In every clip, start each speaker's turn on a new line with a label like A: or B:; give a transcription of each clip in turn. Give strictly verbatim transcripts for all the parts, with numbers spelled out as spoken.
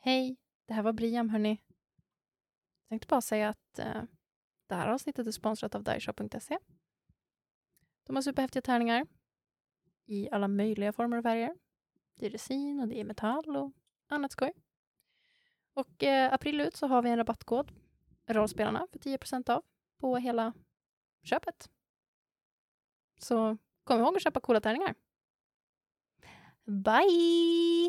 A: Hej, det här var Briam, hörni. Jag tänkte bara säga att uh, det här avsnittet är sponsrat av Daisha punkt se. De har superhäftiga tärningar i alla möjliga former och färger. Det är resin och det är metall och annat skoj. Och uh, april ut så har vi en rabattkod, rollspelarna, för tio procent av på hela köpet. Så kom ihåg att köpa coola tärningar. Bye!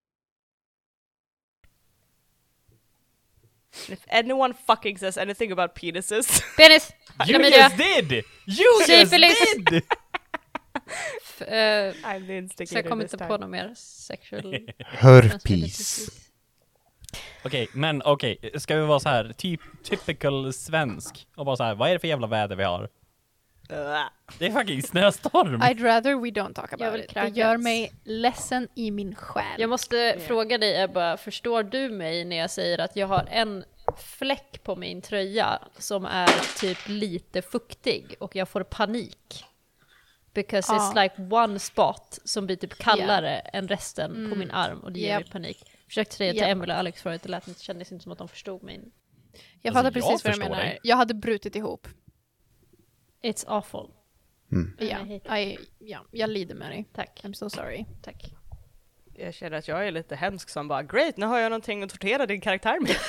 B: If anyone fucking says anything about penises.
A: Penis!
C: You just did! You just did!
A: F- uh,
B: I'm the instigator.
A: så jag kommer
B: this
A: inte
B: time.
A: på något mer sexual...
D: Herpes.
C: Okej, okay, men okej. Okay. Ska vi vara så här typ typical svensk och bara så här, vad är det för jävla väder vi har? Det är fucking snöstorm.
A: I'd rather we don't talk
E: Jag
A: about
E: vill
A: it. Det
E: kräkas.
A: gör mig ledsen i min själ.
E: Jag måste fråga dig, Ebba, förstår du mig när jag säger att jag har en fläck på min tröja som är typ lite fuktig och jag får panik? Because
A: Ja.
E: it's like one spot som blir typ kallare än resten
A: Mm.
E: på min arm och det ger
A: Japp.
E: mig panik. Försökte säga till
A: Japp.
E: Emily och Alex förut, det lät inte, kändes inte som att de förstod mig.
A: Jag
C: Alltså,
A: fattar
C: jag
A: precis vad du
C: förstår
A: menar.
C: dig.
A: Jag hade brutit ihop.
E: It's awful.
D: Mm.
E: I
A: Ja,
E: hate
A: I, ja, jag lider med dig.
E: Tack.
A: I'm so sorry.
E: Tack.
B: Jag känner att jag är lite hemsk som bara, great, nu har jag någonting att tortera din karaktär med.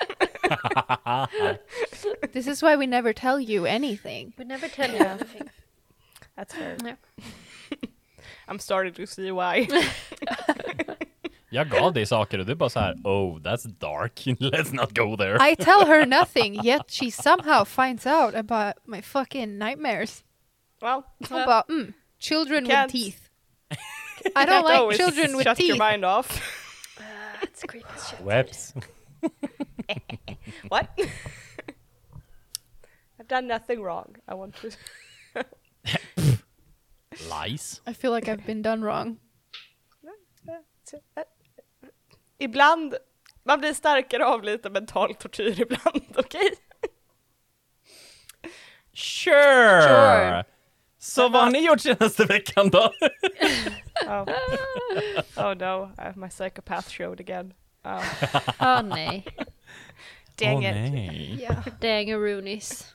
A: This is why we never tell you anything.
E: We never tell you anything.
B: That's fair.
E: Ja.
B: I'm starting to see why.
C: Jag gav dig saker och du bara så här, oh, that's dark. Let's not go there.
A: I tell her nothing, yet she somehow finds out about my fucking nightmares.
B: Well,
A: Hon bara, mm, children with
B: Can't-
A: teeth. I don't
B: can't
A: like
B: always
A: children with
B: shut
A: teeth.
B: your mind off.
E: That's creepy shit.
C: Webs.
B: What? I've done nothing wrong. I want to...
C: Lies.
A: I feel like I've been done wrong.
B: Ibland, man blir starkare av lite mental tortyr ibland, okej?
C: Sure.
E: Sure.
C: Så vad har ni gjort senaste veckan då?
B: Oh. Oh no, I have my psychopath showed again. Oh,
E: Åh nej.
B: dang
C: Åh,
B: it.
C: nej.
A: Yeah.
E: Dangaroonies.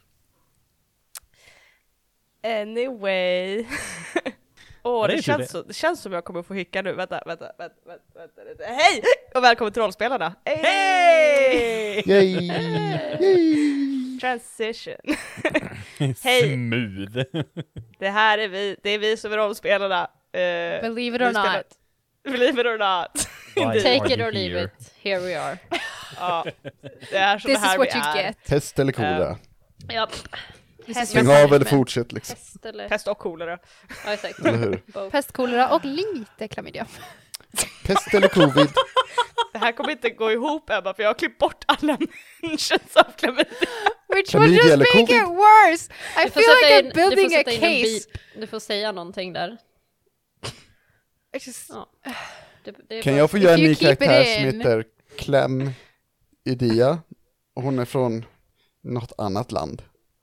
B: Anyway. Åh,
C: Ja, det
B: det,
C: är
B: känns
C: typ
B: så, det känns som jag kommer få hicka nu. Vänta, vänta, vänta, vänta, vänta, vänta. Hej! Och välkommen till rollspelarna. Hej!
C: Hey!
D: Yay! Yay!
B: Transition. Hej.
C: Smooth.
B: Det här är vi, det är vi som är rollspelarna. Uh,
A: Believe it or not.
B: Believe it or not.
C: Why
E: Take
C: are
E: it
C: you
E: or leave
C: here?
E: it. Here we are.
B: Ja, det är så
A: This
B: det här
A: is what
B: vi
A: you
B: är.
A: get.
D: Pest eller kolera?
E: Japp.
A: This is
D: Stäng
A: your
D: av eller
A: punishment.
D: fortsätt liksom.
E: Pest eller...
B: Pest och kolera.
E: Ja, exakt.
D: Eller hur?
E: Both.
A: Pest, kolera och lite klamydia.
D: Pest eller covid?
B: Det här kommer inte gå ihop, Ebba, för jag har klippt bort alla mentions av klamydia.
A: Which would
D: Klamydia
A: just
D: eller
A: make
D: covid?
A: it worse. I
E: Du får
A: feel
E: sätta
A: like
E: in-
A: I'm
E: du får
A: building a
E: sätta in en
A: case.
E: beep. Du får säga någonting där.
A: I just,
E: Ja. Det, det är
D: Kan
E: bara-
D: jag få
A: If
D: göra en
A: you
D: ny
A: keep it
D: karaktär som
A: in.
D: heter Kläm-Idia? Och hon är från något annat land.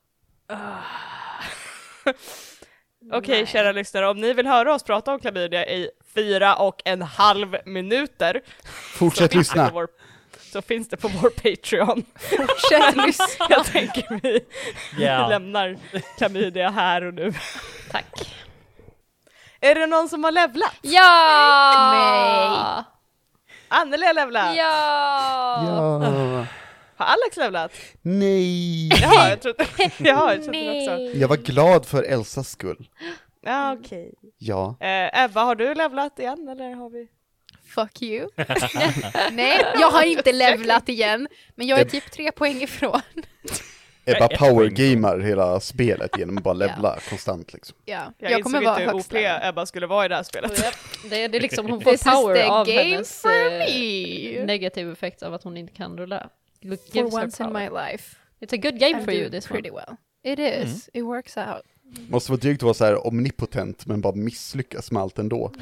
B: Okej,
E: Nej.
B: kära lyssnare, om ni vill höra oss prata om klamydia i fyra och en halv minuter
D: Fortsätt
B: så finns det
D: lyssna.
B: på vår, så finns det på vår Patreon.
A: fortsätt lyssna.
B: Jag tänker vi,
C: Ja.
B: vi lämnar klamydia här och nu.
E: Tack.
B: Är det någon som har levlat?
E: Ja!
B: Anneli har levlat.
E: Ja!
D: Ja.
B: Har Alex levlat?
D: Nej.
B: Ja, jag trodde, ja, jag trodde det också.
D: Jag var glad för Elsas skull.
B: Ja, okej.
D: Ja.
B: Eh, Ebba, har du levlat igen eller har vi?
A: Fuck you. Nej, jag har inte levlat igen. Men jag är typ tre poäng ifrån.
D: Ebba
C: ett
D: powergamar hela spelet genom att bara levla konstant liksom.
A: Ja,
B: Jag,
A: jag, kommer
B: insåg
A: vara
B: inte hur O
A: högst
B: P
A: level.
B: Ebba skulle vara i det här spelet.
E: Japp. Det, det är liksom hon får
A: This is
E: power
A: the
E: av
A: game
E: hennes
A: for
E: eh,
A: me.
E: negative effekt av att hon inte kan rulla. It
A: For
E: gives her
A: once in
E: power.
A: my life.
E: It's a good game
A: I
E: for
A: do
E: you this
A: pretty
E: one.
A: well. It is. It works out.
D: Måste vara drygt att vara så här omnipotent men bara misslyckas med allt ändå.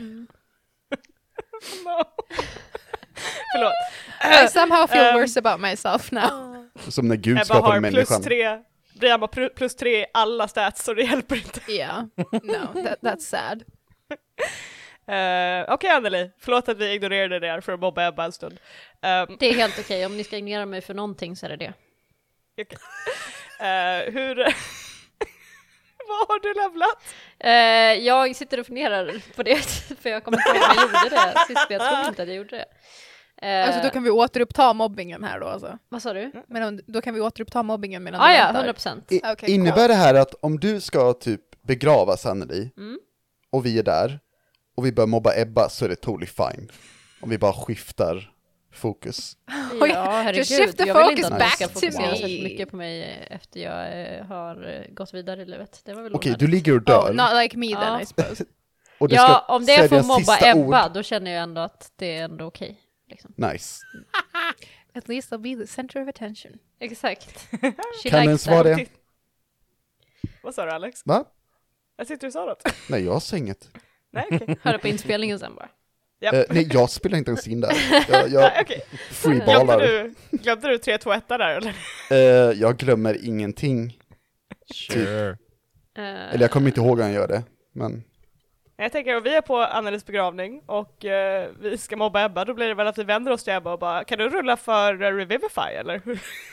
B: No. Förlåt.
A: I somehow feel
B: Um,
A: worse about myself now.
D: Som när Gud
B: Ebba
D: skapade
B: har plus
D: människan.
B: tre, Brian har pr- plus tre i alla stats så det hjälper inte.
A: Yeah. No, that, that's sad.
B: Okej okay, Anneli, förlåt att vi ignorerade det här för att mobba Ebba en stund. Um,
E: Det är helt okej, okay. Om ni ska ignorera mig för någonting så är det det.
B: Okay. Uh, hur... Vad har du levlat?
E: Uh, jag sitter och funderar på det, för jag kommer inte ihåg om jag gjorde det sist, men jag tror inte att jag gjorde det. Uh,
A: Alltså då kan vi återuppta mobbingen här då alltså.
E: Vad sa du?
A: Men om, då kan vi återuppta mobbingen medan
E: Ah,
A: du
E: ja,
A: väntar.
E: hundra procent.
D: I,
A: Okay,
D: innebär
A: cool.
D: det här att om du ska typ begrava Anneli
E: Mm.
D: och vi är där och vi börjar mobba Ebba så är det totally fine. Om vi bara skiftar fokus.
A: Oj,
E: Ja, herregud.
A: just shift the
E: jag vill
A: focus
E: inte att
D: back
E: du ska
A: to
E: fokusera
A: me.
E: särskilt mycket på mig efter jag eh, har eh, gått vidare i livet. Det var väl
D: Okej,
E: onödigt.
D: du ligger och dör.
A: Oh, not like me then
E: Ja.
A: I suppose.
D: Och du
E: Ja,
D: ska
E: om det är för
D: säga
E: att mobba
D: sista
E: Ebba,
D: ord.
E: då känner jag ändå att det är ändå okej. Liksom.
D: Nice.
A: At least I'll be the center of attention.
E: Exakt. She
D: Kan
E: likes
D: den svara
E: that.
D: det?
B: Vad sa du Alex?
D: Va?
B: Jag sitter du sa något.
D: Nej, jag sa inget.
B: Nej, okej. Okay.
E: Hörde på inspelningen sen bara.
B: Japp.
D: Eh, nej, jag spelar inte ens in där. Jag, jag
B: Nej, okej. Glömde
D: freeballar.
B: du, glömde du tre två ett där eller?
D: Eh, jag glömmer ingenting.
C: Sure.
E: Eh,
D: Eller jag kommer inte ihåg hur han gör det. Men
B: Jag tänker att vi är på Annelis begravning och uh, vi ska mobba Ebba, då blir det väl att vi vänder oss till Ebba och bara, kan du rulla för uh, Revivify eller?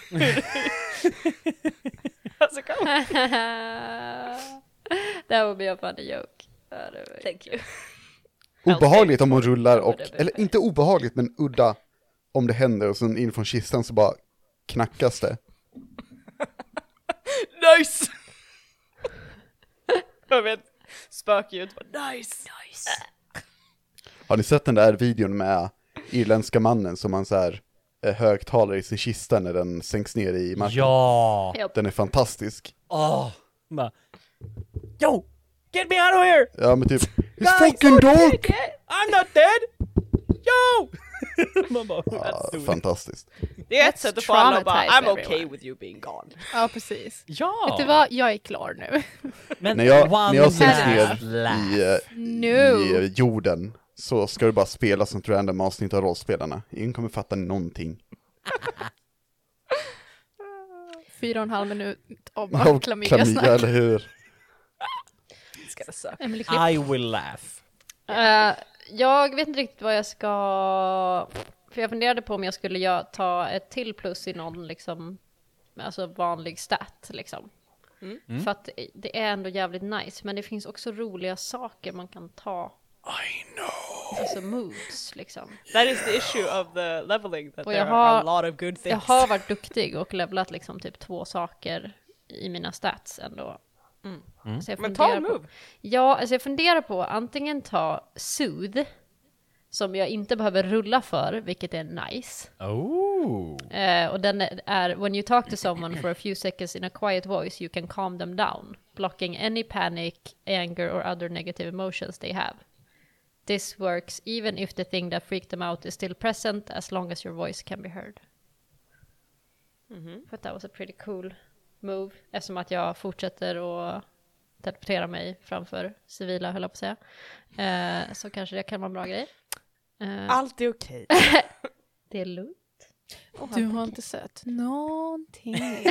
B: Alltså, kom.
E: That would be a funny joke.
B: Thank you.
D: obehagligt om hon rullar och,
E: Whatever.
D: eller inte obehagligt men udda om det händer och sen in från kistan så bara knackas det.
B: Nice! Jag vet, spökljud. Nice! Nice!
D: Har ni sett den där videon med irländska mannen som han så här eh, högtalare i sin kista när den sänks ner i marken?
C: Ja!
E: Japp.
D: Den är fantastisk.
C: Åh! Bara, yo! Get me out of here!
D: Ja men typ, it's
C: Guys,
D: fucking dark!
C: I'm not dead! Yo! Man bara,
D: Ja,
C: that's
D: fantastiskt.
B: Det är ett
A: Let's
B: sätt att få alla att bara,
A: traumatize
B: I'm okay
A: everyone.
B: with you being gone.
A: Ja, precis.
C: Ja!
A: Vet du vad? Jag är klar nu.
C: Men
D: När jag,
C: one
D: när jag sänks
C: last
D: ner
C: laugh.
D: i, eh,
A: No.
D: i eh, jorden så ska du bara spela som ett random avsnitt av rollspelarna. Ingen kommer fatta någonting.
A: Fyra och en halv minut av
D: Av
A: bara klamydia-snack.
D: eller hur?
B: Ska det suck.
E: Emily Klipp.
C: I will laugh.
E: Eh, jag vet inte riktigt vad jag ska... För jag funderade på om jag skulle gö- ta ett till plus i någon liksom, alltså vanlig stat liksom.
B: Mm.
E: För att det är ändå jävligt nice. Men det finns också roliga saker man kan ta.
D: I know.
E: Alltså moves liksom.
B: That is the issue of the leveling, that
E: Och
B: there
E: jag
B: are
E: har-
B: a lot of good
E: Jag
B: things.
E: har varit duktig och levlat liksom typ två saker i mina stats ändå.
B: Mm.
E: Så jag
B: Men ta en
E: funderar på-
B: move.
E: Ja, alltså jag funderar på antingen ta Soothe, som jag inte behöver rulla för, vilket är nice.
C: Oh!
E: Eh, och den är, är, when you talk to someone for a few seconds in a quiet voice, you can calm them down, blocking any panic, anger or other negative emotions they have. This works even if the thing that freaked them out is still present, as long as your voice can be heard.
B: Mhm.
E: För that was a pretty cool move, eftersom att jag fortsätter att teleportera mig framför civila, höll jag på att säga. Eh, så kanske det kan vara en bra grej. Eh,
B: Allt är okej.
E: det är lugnt.
A: Du har inte sett någonting.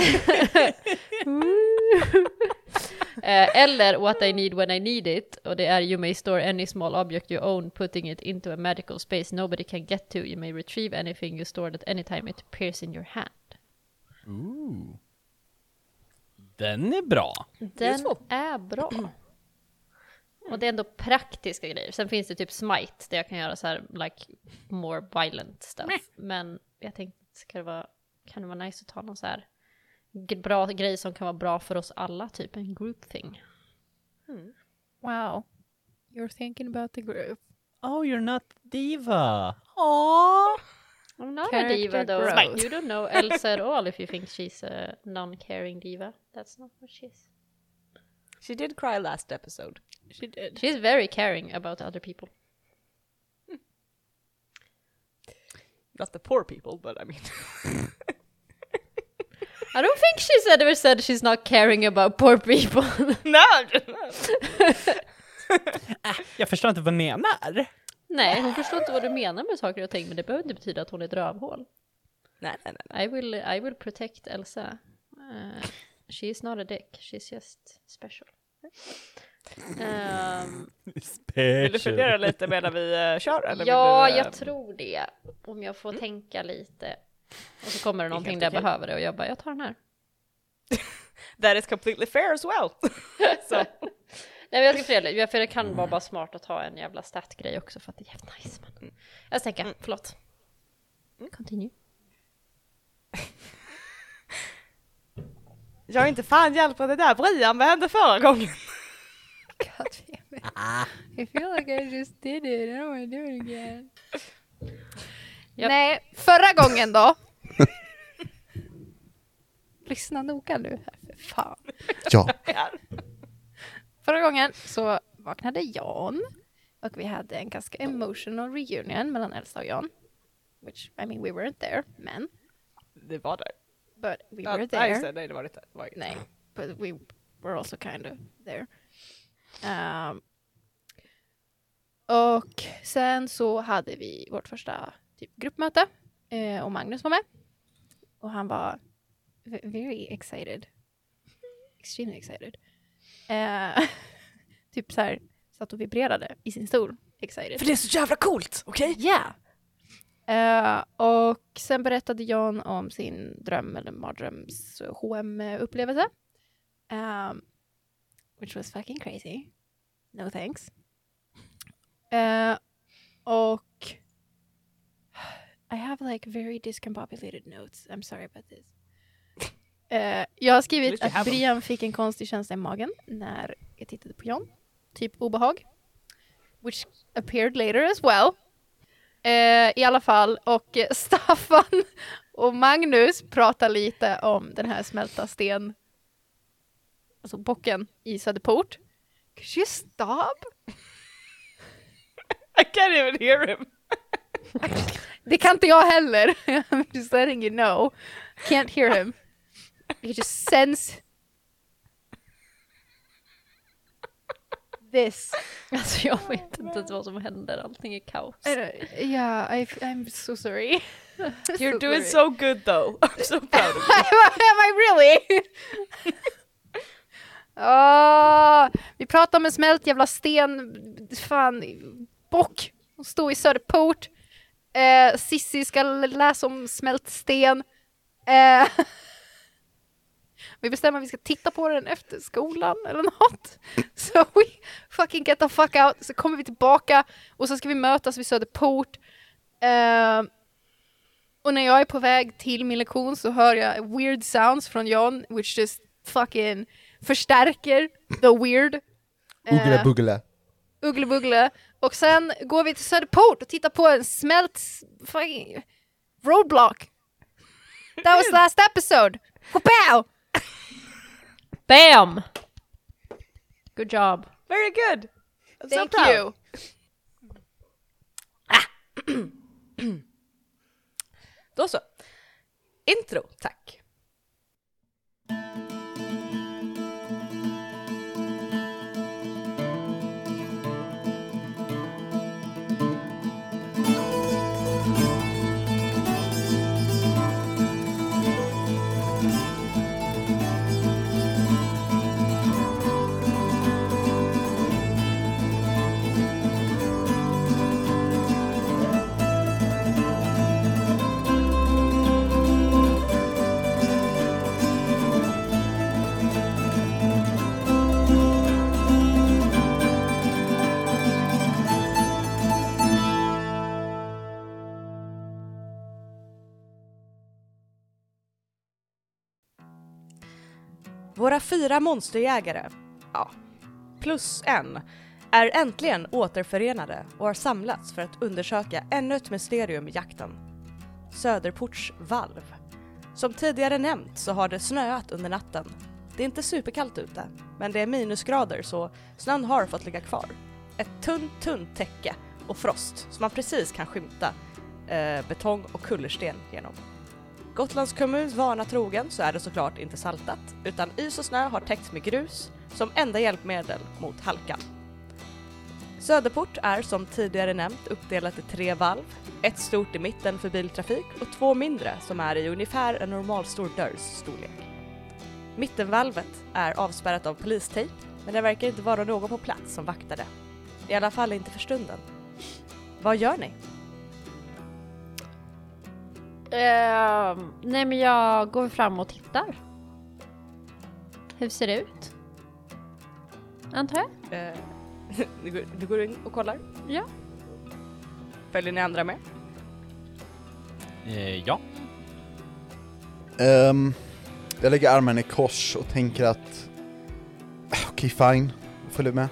E: Eh, eller what I need when I need it, och det är you may store any small object you own, putting it into a magical space nobody can get to. You may retrieve anything you stored at any time it appears in your hand.
C: Ooh. Den är bra.
E: Den
B: Useful.
E: är bra. Och det är ändå praktiska grejer. Sen finns det typ smite där jag kan göra så här like more violent stuff. Men jag tänkte, ska det vara, kan det vara nice att ta någon så här g- bra grej som kan vara bra för oss alla, typ en group thing.
A: Wow. You're thinking about the group.
C: Oh, you're not diva. Aww.
E: I'm not a
A: Character
E: diva though.
A: growth.
E: You don't know Elsa at all if you think she's a non-caring diva. That's not what she is.
B: She did cry last episode.
A: She did.
E: She's very caring about other people.
B: Not the poor people, but I mean...
E: I don't think she's ever said she's not caring about poor people.
B: no!
C: Jag förstår inte vad du menar.
E: Nej, hon förstår inte vad du menar med saker och ting, men det behöver inte betyda att hon är ett rövhål.
B: nej, nej, nej.
E: I will, I will protect Elsa. Uh, she is not a dick, she's just special. Um,
B: Vill du fundera lite medan vi uh, kör? Eller
E: ja,
B: vill du, uh...
E: jag tror det. Om jag får mm. tänka lite. Och så kommer det någonting där jag
B: okay.
E: behöver det och jag bara, jag tar den här.
B: That is completely fair as well.
E: Så. Nej, men jag ska fundera, för det kan vara bara smart att ha en jävla stat-grej också för att det är jävligt nice. Men... Mm. Jag tänker, mm. förlåt. Mm. Continue.
B: Jag har inte fan hjälpt det där Brian, vad hände förra gången?
A: God damn it. I feel like I just did it. I don't want to do it again. Yep. Nej, förra gången då. Lyssna noga nu här, för fan.
D: Ja.
A: Förra gången så vaknade Jan och vi hade en ganska emotional reunion mellan Elsa och Jan. Which, I mean, we weren't there, men...
B: Det var där.
A: But we
B: ja,
A: were there.
B: Nej, nej, det var inte. Det var
A: nej, but we were also kind of there. Um, och sen så hade vi vårt första typ gruppmöte eh, och Magnus var med. Och han var v- very excited. Extremely excited. Uh, typ så här satt och vibrerade i sin stol. Excited.
B: För det är så jävla coolt, okej?
A: Okay? Ja. Yeah. Uh, och sen berättade Jan om sin dröm eller mardröms H M-upplevelse. Um, which was fucking crazy. No thanks. Uh, och I have like very discombobulated notes. I'm sorry about this. Uh, jag har skrivit att Brian fick en konstig känsla i magen när jag tittade på Jan. Typ obehag. Which appeared later as well. Uh, I alla fall. Och uh, Staffan och Magnus pratar lite om den här smälta sten. Alltså bocken i Söderport. Could you stop?
B: I can't even hear him.
A: Det kan inte jag heller. I'm just letting you know. Can't hear him. You just sense this.
E: Alltså jag vet inte vad som händer. Allting är kaos.
A: Yeah, I, I'm so sorry.
B: You're so doing sorry. So good though. I'm so proud of you.
A: Am I really? Oh, vi pratar om en smält jävla sten. Fan, bock. Hon står i Söderport. Eh, Sissi ska läsa om smält sten. Eh, vi bestämmer att vi ska titta på den efter skolan eller något. Så we fucking get the fuck out. Så kommer vi tillbaka och så ska vi mötas vid Söderport. Eh, och när jag är på väg till min lektion så hör jag weird sounds från John, which just fucking förstärker the weird.
D: Uggla buggla.
A: Uggla buggla. Och sen går vi till Söderport och tittar på en smält fucking roadblock. That was last episode. Wow!
E: Bam! Good job.
B: Very good. I'm
A: Thank
B: so
A: you.
B: Ah. Då så. Intro, tack. Våra fyra monsterjägare, ja, plus en, är äntligen återförenade och har samlats för att undersöka ännu ett mysterium i jakten. Söderports valv. Som tidigare nämnt så har det snöat under natten. Det är inte superkallt ute, men det är minusgrader så snön har fått ligga kvar. Ett tunt, tunt täcke och frost som man precis kan skymta eh, betong och kullersten genom. Gotlands kommuns vana trogen så är det såklart inte saltat, utan is och snö har täckts med grus som enda hjälpmedel mot halkan. Söderport är som tidigare nämnt uppdelat i tre valv, ett stort i mitten för biltrafik och två mindre som är i ungefär en normalstor dörrs storlek. Mittenvalvet är avspärrat av polistejp Men det verkar inte vara någon på plats som vaktade. I alla fall inte för stunden. Vad gör ni?
E: Uh, nej men jag går fram och tittar. Hur ser det ut? Antar jag?
B: Uh, du, går, du går in och kollar?
E: Ja.
B: Följer ni andra med?
C: Eh, ja.
D: Um, jag lägger armen i kors och tänker att okej, okay, fine. Följer med.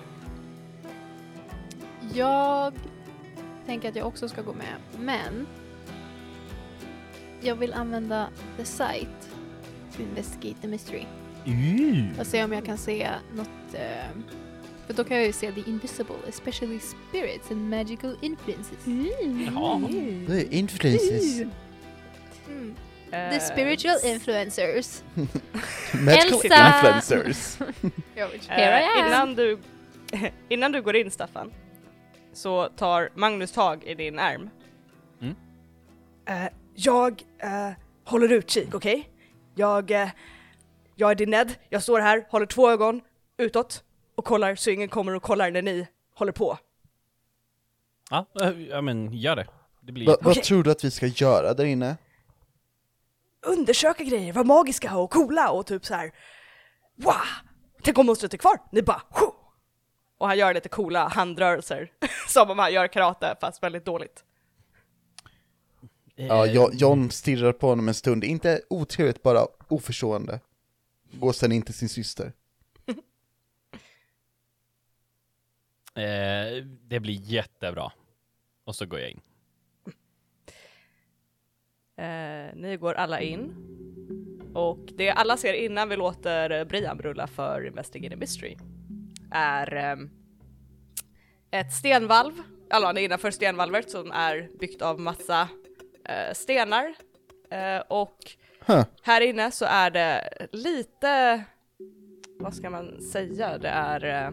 A: Jag tänker att jag också ska gå med, men jag vill använda the sight to investigate the mystery.
C: Uh.
A: Och se om jag kan se något, uh, för då kan jag ju se the invisible, especially spirits and magical influences.
C: Jaha.
D: Det är influences.
A: Mm.
B: Uh,
A: The spiritual influencers.
D: Magical
E: Elsa!
D: influencers.
E: Here I am.
B: Innan du, innan du går in, Staffan, så tar Magnus tag i din ärm.
C: Mm.
B: Uh, jag uh, håller utkik, okej? Okay? Jag, uh, jag är din Ned. Jag står här, håller två ögon utåt och kollar så ingen kommer och kollar när ni håller på.
C: Ja, äh, ja men gör det. Det blir
D: Va,
C: jättebra.
D: vad
B: Okej.
D: tror du att vi ska göra där inne?
B: Undersöka grejer, vara magiska och coola och typ så här. Wow! Tänk om monstret är kvar. Ni bara Hoo! Och han gör lite coola handrörelser som om han gör karate fast väldigt dåligt.
D: Ja, Jo- John stirrar på honom en stund. Inte otrevligt, bara oförstående. Går sen in till sin syster.
C: Eh, det blir jättebra. Och så går jag in.
B: Eh, ni går alla in. Och det alla ser innan vi låter Brian rulla för Investigating Mystery är eh, ett stenvalv. Alltså det är innanför stenvalvet som är byggt av massa eh, stenar. Eh, och
D: Huh.
B: här inne så är det lite, vad ska man säga, det är eh,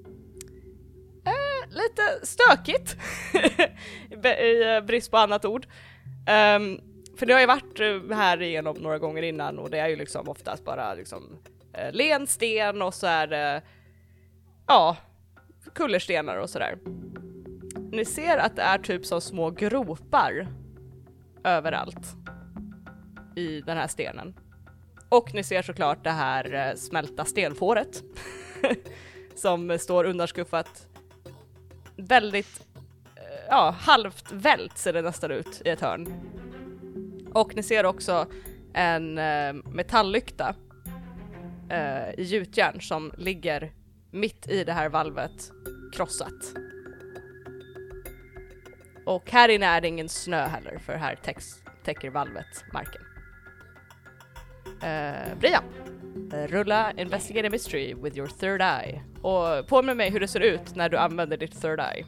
B: eh, lite stökigt i eh, brist på annat ord. Um, för det har ju varit eh, här igenom några gånger innan och det är ju liksom oftast bara liksom eh, len sten och så är det ja, kullerstenar och sådär. Ni ser att det är typ som små gropar överallt i den här stenen. Och ni ser såklart det här eh, smälta stenfåret som står undanskuffat väldigt eh, ja, halvt vält ser det nästan ut i ett hörn. Och ni ser också en eh, metalllykta eh, i gjutjärn som ligger mitt i det här valvet krossat. Och här inne är det ingen snö heller för här täcks, täcker valvet marken. Uh, Brian, uh, rulla Investigate a Mystery with your third eye. Och påminna mig hur det ser ut när du använder ditt third eye.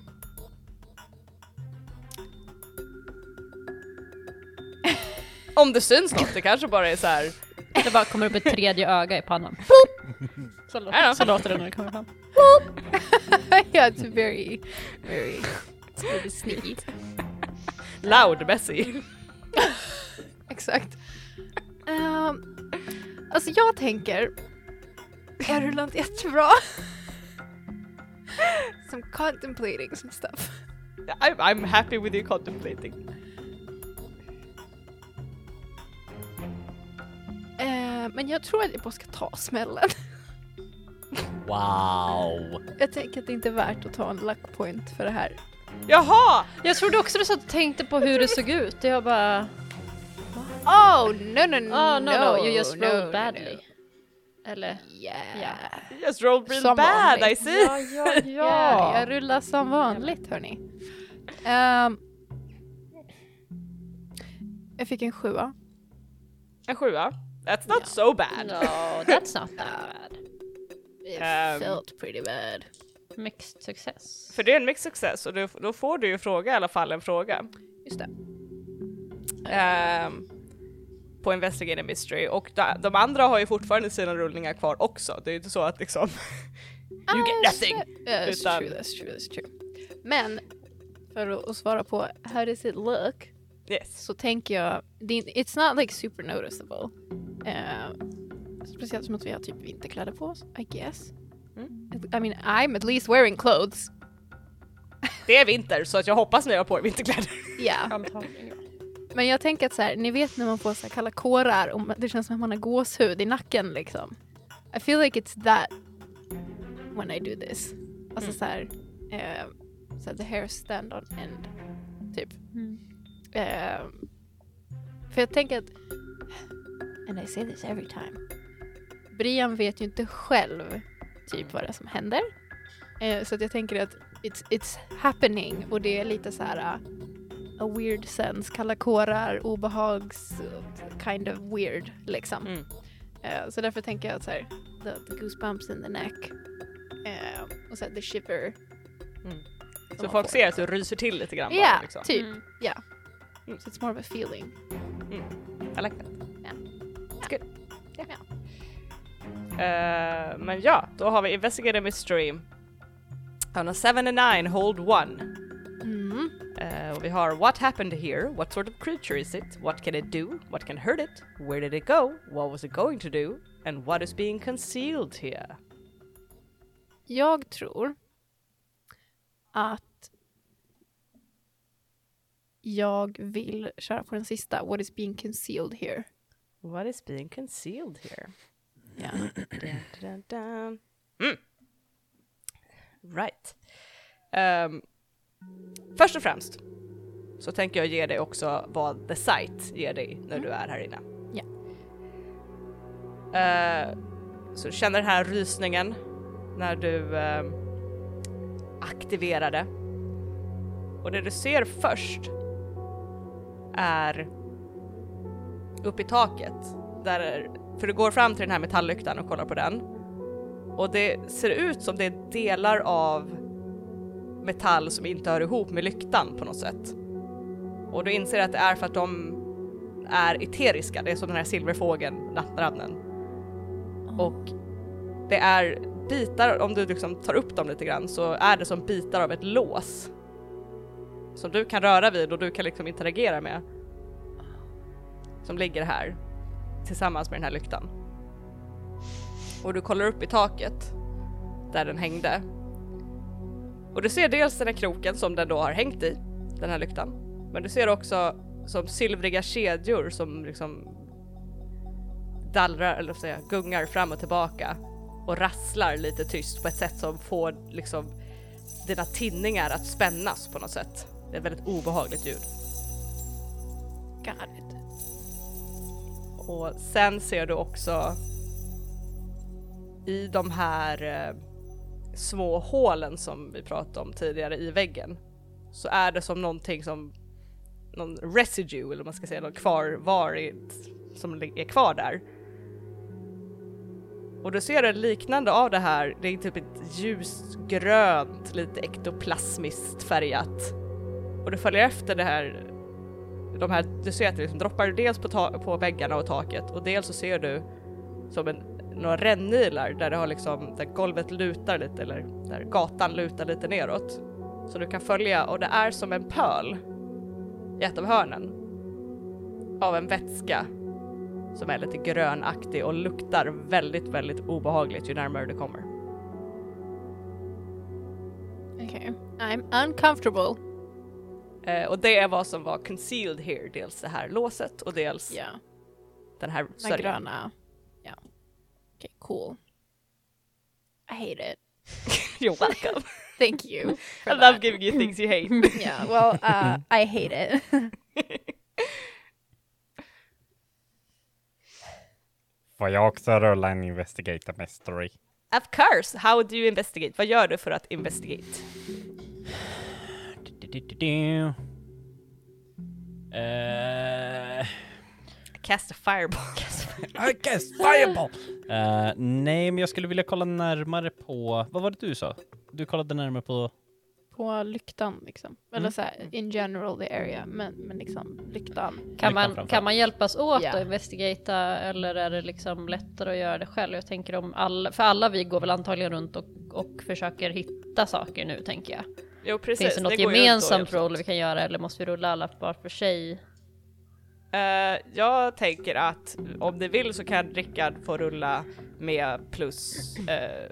B: Om det syns något, det kanske bara är så här.
E: Det bara kommer upp ett tredje öga i pannan. Så, lå-
B: Ja.
E: så låter det när det kommer fram.
A: Yeah, it's very, very, it's very sneaky.
B: Loud Bessie.
A: Exakt. Um, alltså jag tänker, jag rullar inte jättebra. Some contemplating some stuff.
B: I'm, I'm happy with you contemplating.
A: Uh, men jag tror att jag bara ska ta smällen.
C: Wow.
A: Jag tänker att det inte är värt att ta en luck point för det här.
B: Jaha!
E: Jag trodde också du satt och tänkte på hur det såg ut. Jag bara...
A: Oh, no, no, no,
E: Oh, no, no, you just
A: no,
E: rolled
A: no,
E: badly.
A: no.
E: Eller?
A: Yeah.
E: Ja.
B: Just rolled real
A: Som
B: bad,
A: vanligt.
B: I see.
E: Ja, ja,
A: Ja, jag rullar som vanligt, hörni. Um, jag fick en sjua.
B: En sjua. That's not
A: Ja.
B: so bad.
E: No, that's not that bad.
A: It
B: Um,
A: felt pretty bad.
E: Mixed success.
B: För det är en mixed success och då, då får du ju fråga i alla fall en fråga.
A: Just det.
B: Ehm, på Investigate a Mystery. Och de, de andra har ju fortfarande sina rullningar kvar också. Det är ju inte så att liksom you get nothing.
A: Yeah, that's
B: Utan-
A: true, that's true, that's true. Men för att, att svara på how does it look,
B: Yes.
A: så tänker jag, det är- it's not like super noticeable. Uh, speciellt som att vi har typ vinterkläder på oss, I guess.
B: Mm.
A: I mean, I'm at least wearing clothes.
B: Det är vinter så att jag hoppas när jag har på vinterkläder.
A: Ja.
E: Antagligen, ja.
A: Men jag tänker att så här, ni vet när man får så här kalla kårar och det känns som att man har gåshud i nacken liksom. I feel like it's that when I do this. Alltså
B: Mm.
A: så här, eh, så här, the hair stand on end typ.
E: Mm.
A: Eh, för jag tänker att, and I say this every time, Brian vet ju inte själv typ vad det är som händer. Eh, så att jag tänker att it's, it's happening och det är lite så här uh, a weird sense, kalla kårar, obehags, kind of weird liksom.
B: Mm.
A: Eh, så därför tänker jag att så här, the, the goosebumps in the neck eh, och så här, the shiver.
B: Mm.
A: som
B: Så
A: man
B: folk
A: får.
B: ser att du ryser till lite grann.
A: Ja,
B: bara, liksom.
A: typ.
E: Mm.
A: Ja.
B: Mm.
A: So it's more of a feeling.
B: I like that.
A: Ja.
B: It's good.
A: Ja.
B: Eh, men ja, då har vi Investigate a Mystery. On a seven and nine, hold one.
A: Mm.
B: Uh, och vi har What happened here? What sort of creature is it? What can it do? What can hurt it? Where did it go? What was it going to do? And what is being concealed here?
A: Jag tror att jag vill köra på den sista. What is being concealed here?
B: What is being concealed here?
A: Ja.
B: Dun, dun, dun. Mm. Right. Um, först och främst så tänker jag ge dig också vad The Sight ger dig när du är här inne.
A: Ja.
B: Uh, så du känner den här rysningen när du uh, aktiverar det. Och det du ser först är upp i taket. Där, för du går fram till den här metalllyktan och kollar på den. Och det ser ut som det är delar av metall som inte hör ihop med lyktan på något sätt. Och du inser att det är för att de är eteriska. Det är som den här silverfågeln, nattravnen. Och det är bitar, om du liksom tar upp dem lite grann så är det som bitar av ett lås. Som du kan röra vid och du kan liksom interagera med. Som ligger här tillsammans med den här lyktan. Och du kollar upp i taket där den hängde. Och du ser dels den här kroken som den då har hängt i, den här lyktan. Men du ser också som silvriga kedjor som liksom dallrar, eller säga, gungar fram och tillbaka. Och rasslar lite tyst på ett sätt som får liksom dina tinningar att spännas på något sätt. Det är ett väldigt obehagligt ljud.
A: Got it.
B: Och sen ser du också i de här eh, små hålen som vi pratade om tidigare i väggen, så är det som någonting som någon residue, eller vad man ska säga, någon kvarvarigt som är kvar där. Och du ser det liknande av det här. Det är typ ett ljusgrönt, lite ektoplasmiskt färgat. Och du följer efter det här, de här, du ser att det liksom droppar dels på, ta- på väggarna och taket, och dels så ser du som en, några rännilar där det har liksom, där golvet lutar lite, eller där gatan lutar lite neråt. Så du kan följa, och det är som en pöl i ett av hörnen av en vätska som är lite grönaktig och luktar väldigt, väldigt obehagligt ju närmare du kommer.
A: Okay. I'm uncomfortable.
B: Eh, och det är vad som var concealed here. Dels det här låset och dels
A: Ja.
B: den här
A: Den
B: sörjan.
A: gröna. Ja. Okay, cool. I hate it.
B: You're welcome.
A: Thank you.
B: I
A: for
B: love
A: that.
B: giving you things you hate.
A: Yeah, well, uh, I hate it.
C: Får jag också rulla en investigate mystery?
B: Of course, how do you investigate? Vad gör du för att investigate?
C: Uh,
B: Cast a fireball.
C: I guess fireball! Uh, nej, men jag skulle vilja kolla närmare på... Vad var det du sa? Du kollade närmare på...
A: På lyktan liksom. Eller
C: Mm.
A: så här, in general the area. Men, men liksom lyktan.
E: Kan
C: Lyktan
E: man,
C: framför.
E: kan man hjälpas åt
A: Ja.
E: att investigata, eller är det liksom lättare att göra det själv? Jag tänker om alla, för alla vi går väl antagligen runt och, och försöker hitta saker nu, tänker jag.
B: Jo, precis.
E: Finns det något
B: går ju
E: gemensamt
B: runt och
E: roll vi kan göra, eller måste vi rulla alla var för sig?
B: Uh, jag tänker att om du vill så kan Rickard få rulla med plus eh,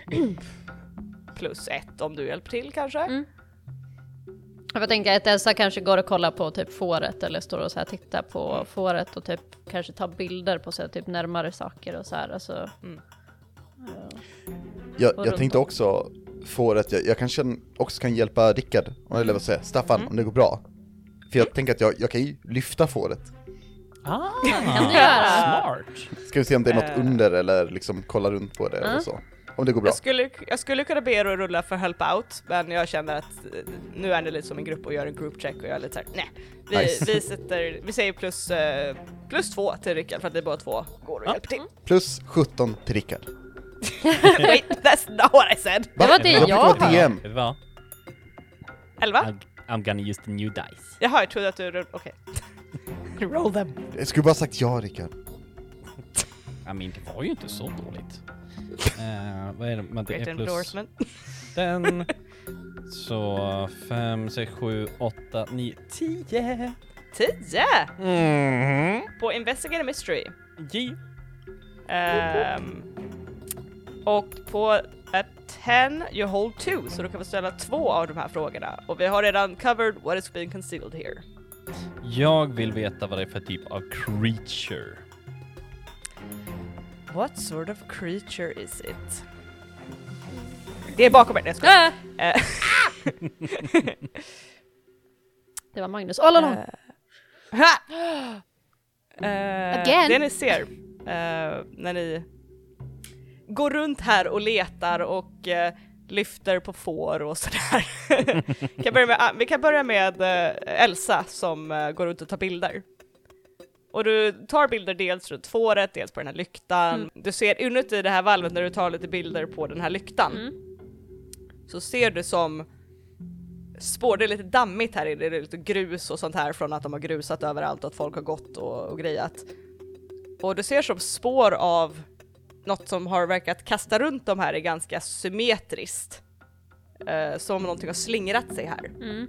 B: plus ett om du hjälper till kanske.
E: Mm. Jag tänker att Elsa kanske går och kollar på typ fåret eller står och så här tittar på fåret och typ kanske tar bilder på så här, typ närmare saker och så här. Alltså,
B: Mm.
E: ja.
D: Jag,
E: Och
D: jag
E: runt
D: tänkte
E: om.
D: också få att jag, jag kanske också kan hjälpa Rickard, eller vad säger jag, Staffan,
B: Mm.
D: om det går bra. För jag tänker att jag, jag kan ju lyfta fåret.
C: Ah,
E: Kan du göra?
C: smart.
D: Ska vi se om det är något
B: Eh.
D: under eller liksom kolla runt på det eller
E: Mm.
D: så. Om det går bra.
B: Jag skulle, jag skulle kunna be er att rulla för help out, men jag känner att eh, nu är ni lite som en grupp och gör en group check och jag är lite såhär, nej. Vi,
D: Nice.
B: vi, sätter, vi säger plus, eh, plus två till Rickard för att det är bara två går och
C: Ja.
B: hjälper till.
D: Plus sjutton till Rickard.
B: Wait, that's not what I said.
E: Det var det
D: jag
E: jag
D: brukar vara D M.
C: Vet du vad?
B: elva?
C: I'm, I'm gonna use the new dice.
B: Jaha, jag trodde att du rullade, okej. Roll them.
D: Jag skulle bara sagt ja, Rickard.
C: I mean, det var ju inte så dåligt. Uh, vad är det? Men det
B: Great
C: är plus
B: endorsement.
C: den. Så fem, sex, sju, åtta, nio, tio.
B: tio!
C: Mm.
B: På Investigate a Mystery.
C: G.
B: Ehm, och på a ten you hold two, så du kan få ställa två av de här frågorna. Och vi har redan covered what is being concealed here.
C: Jag vill veta vad det är för typ av creature.
B: What sort of creature is it? Det är bakom mig, jag skojar.
E: Äh!
B: Eh,
E: Det var Magnus all along.
B: eh, ha! Eh,
E: Again?
B: Det ni ser eh, när ni går runt här och letar och eh, lyfter på får och sådär. kan börja med, ah, vi kan börja med eh, Elsa som eh, går runt och tar bilder. Och du tar bilder dels runt fåret, dels på den här lyktan.
E: Mm.
B: Du ser inuti det här valvet när du tar lite bilder på den här lyktan.
E: Mm.
B: Så ser du som spår, det är lite dammigt här inne, det är lite grus och sånt här från att de har grusat överallt och att folk har gått och, och grejat. Och du ser som spår av något som har verkat kasta runt de här är ganska symmetriskt. Eh, som om någonting har slingrat sig här.
E: Mm.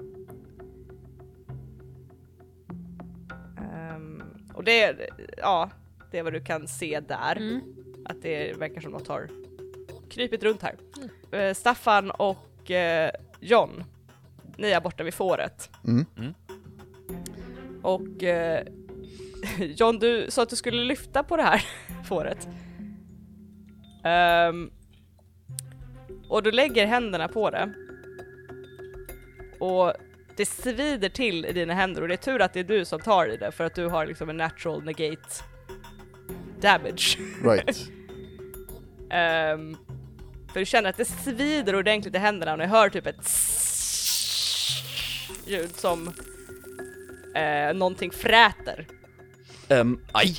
B: Ehm, och det är, ja, det är vad du kan se där.
E: Mm.
B: Att det verkar som något har krypit runt här. Eh, Staffan och eh, John, ni är borta vid fåret.
D: Mm.
C: Mm.
B: Och eh, John, du sa att du skulle lyfta på det här fåret. Ehm, och du lägger händerna på det. Och det svider till i dina händer och det är tur att det är du som tar i det för att du har liksom en natural negate damage.
D: Right.
B: Ehm, för du känner att det svider ordentligt i händerna och ni hör typ ett ljud som eh, någonting fräter.
D: Um, aj!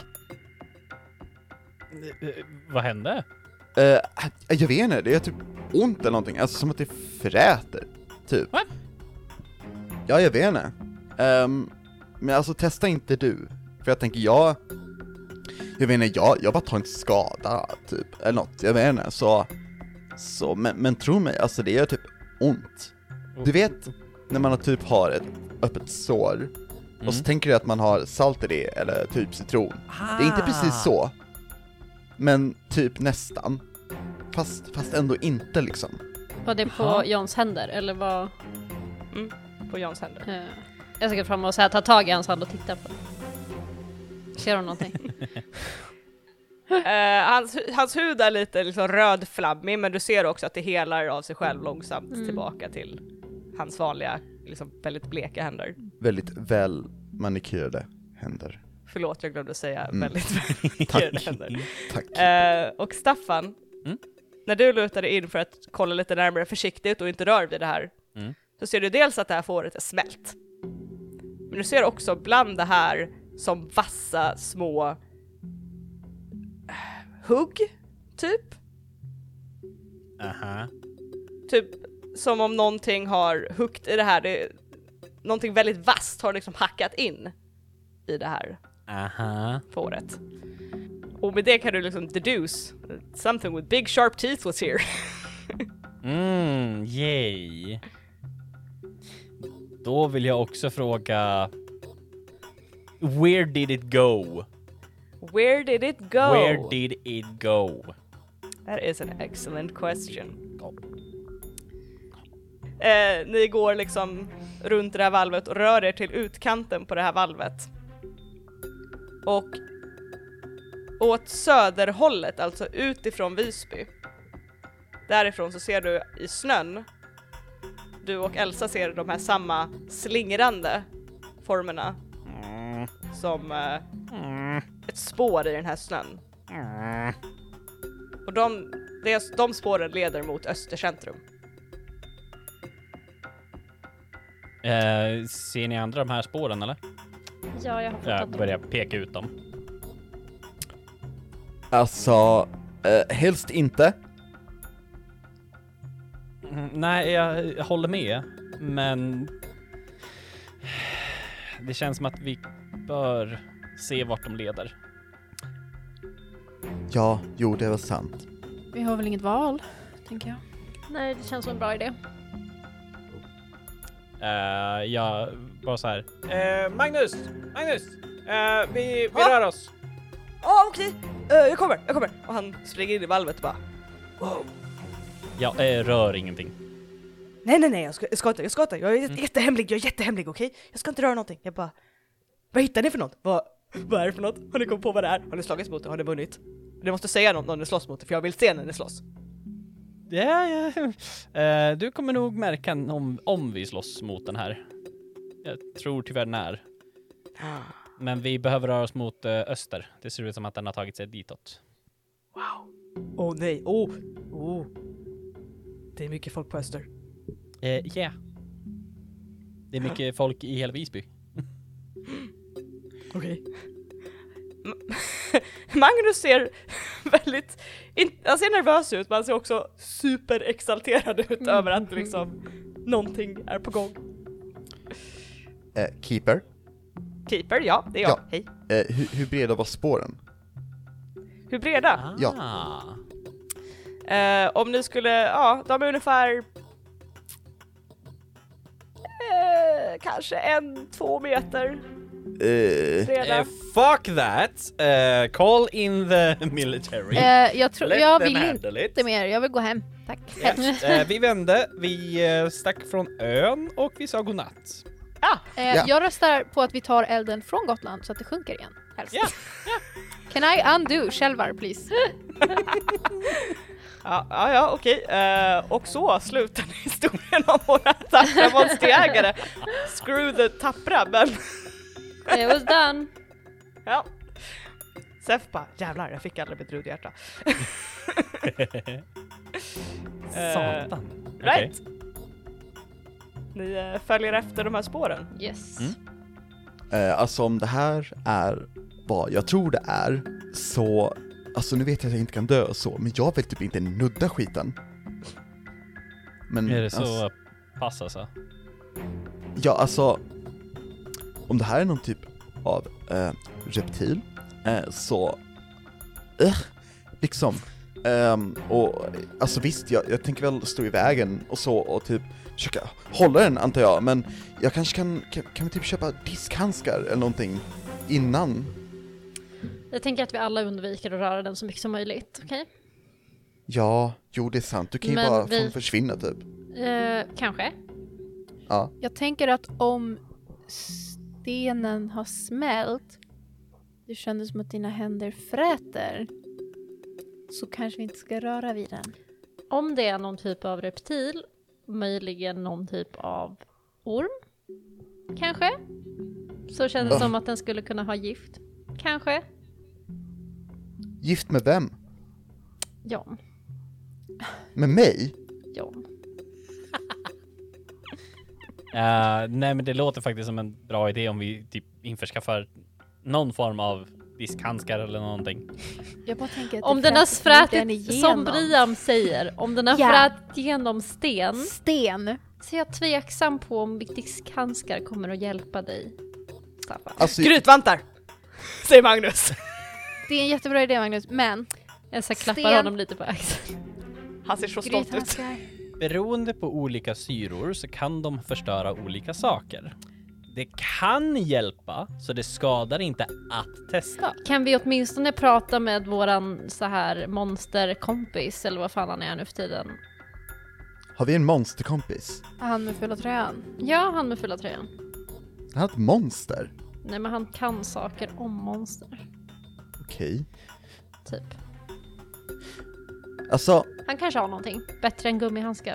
C: Eh, Vad hände?
D: Uh, jag vet inte, det är typ ont eller någonting. Alltså som att det fräter, typ.
C: What?
D: Ja, jag vet inte. Um, men alltså testa inte du. För jag tänker, jag... Jag vet inte, jag, jag bara tar en skada, typ. Eller något, jag vet inte. Så... så men, men tro mig, alltså det gör typ ont. Du vet, när man har typ har ett öppet sår.
C: Mm.
D: Och så tänker du att man har salt i det, eller typ citron. Det är inte precis så. Men typ nästan. Fast, fast ändå inte liksom.
E: Var det på
C: Jaha.
E: Johns händer eller vad?
B: Mm, på Johns händer.
E: Eh, jag ska gå fram och säga ta tag i hans hand och titta på det. Ser hon någonting?
B: Eh, hans, hans hud är lite liksom rödflammig, men du ser också att det helar av sig själv långsamt
E: Mm.
B: tillbaka till hans vanliga, liksom väldigt bleka händer.
D: Väldigt väl manikyrade händer.
B: Förlåt, jag glömde säga
D: Mm.
B: väldigt bleka händer.
D: Tack.
B: Eh, och Staffan,
C: Mm.
B: när du lutar dig in för att kolla lite närmare försiktigt och inte rör vid det här,
C: Mm.
B: så ser du dels att det här fåret är smält. Men du ser också bland det här som vassa små eh, hugg, typ.
C: Aha.
B: Typ som om någonting har huggt i det här. Det, någonting väldigt vasst har liksom hackat in i det här
C: Aha.
B: fåret. Och med det kan du liksom deduce something with big sharp teeth was here.
C: Mm, yay. Då vill jag också fråga, where did it go?
B: Where did it go?
C: Where did it go?
B: That is an excellent question. Eh, ni går liksom runt det här valvet och rör er till utkanten på det här valvet. Och åt söderhållet, alltså utifrån Visby. Därifrån så ser du i snön, du och Elsa ser de här samma slingrande formerna
C: Mm.
B: som eh,
C: Mm.
B: ett spår i den här snön.
C: Mm.
B: Och de, det, de spåren leder mot Östercentrum.
C: Eh, ser ni andra de här spåren eller?
E: Ja, jag har fått
C: Jag
E: dem.
C: börjar peka ut dem.
D: Alltså, eh, helst inte.
C: Mm, nej, jag, jag håller med. Men det känns som att vi bör se vart de leder.
D: Ja, jo det var sant.
A: Vi har väl inget val, tänker jag.
E: Nej, det känns som en bra idé.
C: Uh, jag bara så här. Uh, Magnus! Magnus! Uh, vi vi
B: Va?
C: rör oss.
B: Ja, ah, okej. Okay. Uh, jag kommer, jag kommer. Och han springer in i valvet och bara... Wow.
C: Jag uh, rör ingenting.
B: Nej, nej, nej, jag ska, jag ska inte, jag ska inte. Jag är jätte,
C: Mm.
B: jättehemlig, jag är jättehemlig, okej? Okay? Jag ska inte röra någonting. Jag bara... Vad hittar ni för något? Vad, vad är det för något? Har ni kommit på vad det är? Har ni slagits mot det? Har ni vunnit? Ni måste säga något när ni slåss mot det, för jag vill se när ni slåss.
C: Ja, ja. Uh, du kommer nog märka om, om vi slåss mot den här. Jag tror tyvärr när. Men vi behöver röra oss mot uh, öster. Det ser ut som att den har tagit sig ditåt.
B: Wow. Åh oh, nej, åh. Oh. Oh. Det är mycket folk på öster.
C: Ja. Uh, yeah. Det är mycket folk i hela Visby.
B: Okej. Okay. Magnus ser väldigt... In, han ser nervös ut, men han ser också superexalterad ut mm. över att liksom någonting är på gång.
D: Eh, keeper.
B: Keeper, ja, det är jag.
D: Ja.
B: Hej.
D: Eh, hur, hur breda var spåren?
B: Hur breda?
C: Ah.
D: Ja.
B: Eh, om ni skulle... Ja, de är ungefär... Eh, kanske en, två meter.
D: Eh,
B: Breda.
C: Uh, fuck that! Uh, call in the military.
A: Eh, jag tror,
C: Let
A: jag
C: them
A: vill
C: handle
A: inte
C: it.
A: mer. Jag vill gå hem. Tack.
C: Yes. uh, vi vände, vi uh, stack från ön och vi sa godnatt.
B: Ah,
A: Eh,
D: Ja.
A: Jag röstar på att vi tar elden från Gotland så att det sjunker igen. Helst.
C: Ja.
A: Can I undo Kjellvar, please?
B: ja, ja, ja okej. Eh, och så slutar historien om våra tappra monsterjägare. Screw the tappra, men...
E: It was done.
B: Ja. Sef bara, jävlar, jag fick aldrig mitt rudhjärta.
C: Satan.
B: Right. Okay. Ni uh, följer efter de här spåren.
E: Yes.
C: Mm.
D: eh, alltså om det här är vad jag tror det är, så... Alltså nu vet jag att jag inte kan dö och så, men jag vill typ inte nudda skiten. Men,
C: Är det så
D: alltså,
C: pass alltså?
D: ja, alltså... Om det här är någon typ av eh, reptil, eh, så... Eh, liksom... Um, och alltså visst, jag, jag tänker väl stå i vägen och så och typ försöka hålla den, antar jag, men jag kanske kan, kan, kan vi typ köpa diskhandskar eller någonting innan?
E: Jag tänker att vi alla undviker att röra den så mycket som möjligt, okej? Okay?
D: Ja, jo det är sant, du kan ju
E: Men
D: bara
E: vi-
D: få den försvinna typ.
E: Eh, kanske.
D: Ja,
A: Jag tänker att om stenen har smält, det kändes som att dina händer fräter, så kanske vi inte ska röra vid den.
E: Om det är någon typ av reptil, möjligen någon typ av orm, kanske. Så känns det
D: Ugh.
E: som att den skulle kunna ha gift. Kanske.
D: gift med vem?
E: Ja.
D: Med mig?
E: Ja.
C: Uh, nej men det låter faktiskt som en bra idé om vi typ införskaffar någon form av diskhandskar eller någonting.
A: Jag bara tänker att
E: Om
A: det
E: den har
A: fräter den
E: frätit,
A: igenom.
E: som Briam säger, om den har
A: Ja.
E: frätit genom sten,
A: Sten.
E: så är jag tveksam på om diskhandskar kommer att hjälpa dig, Staffan.
D: Alltså,
B: Grytvantar, säger Magnus.
A: Det är en jättebra idé, Magnus, men
E: Jag ska klappa
A: Sten.
E: honom lite på axeln.
B: Han ser så stolt ut.
A: grythandskar.
C: Beroende på olika syror så kan de förstöra olika saker. det kan hjälpa, så det skadar inte att testa.
E: Kan vi åtminstone prata med våran så här monsterkompis, eller vad fan han är nu för tiden?
D: Har vi en monsterkompis?
A: Han med fulla tröjan.
E: Ja, han med fulla tröjan.
D: Han är ett monster?
E: Nej, men han kan saker om monster.
D: Okej.
E: Typ.
D: Alltså,
E: Han kanske har någonting bättre än gummihandskar.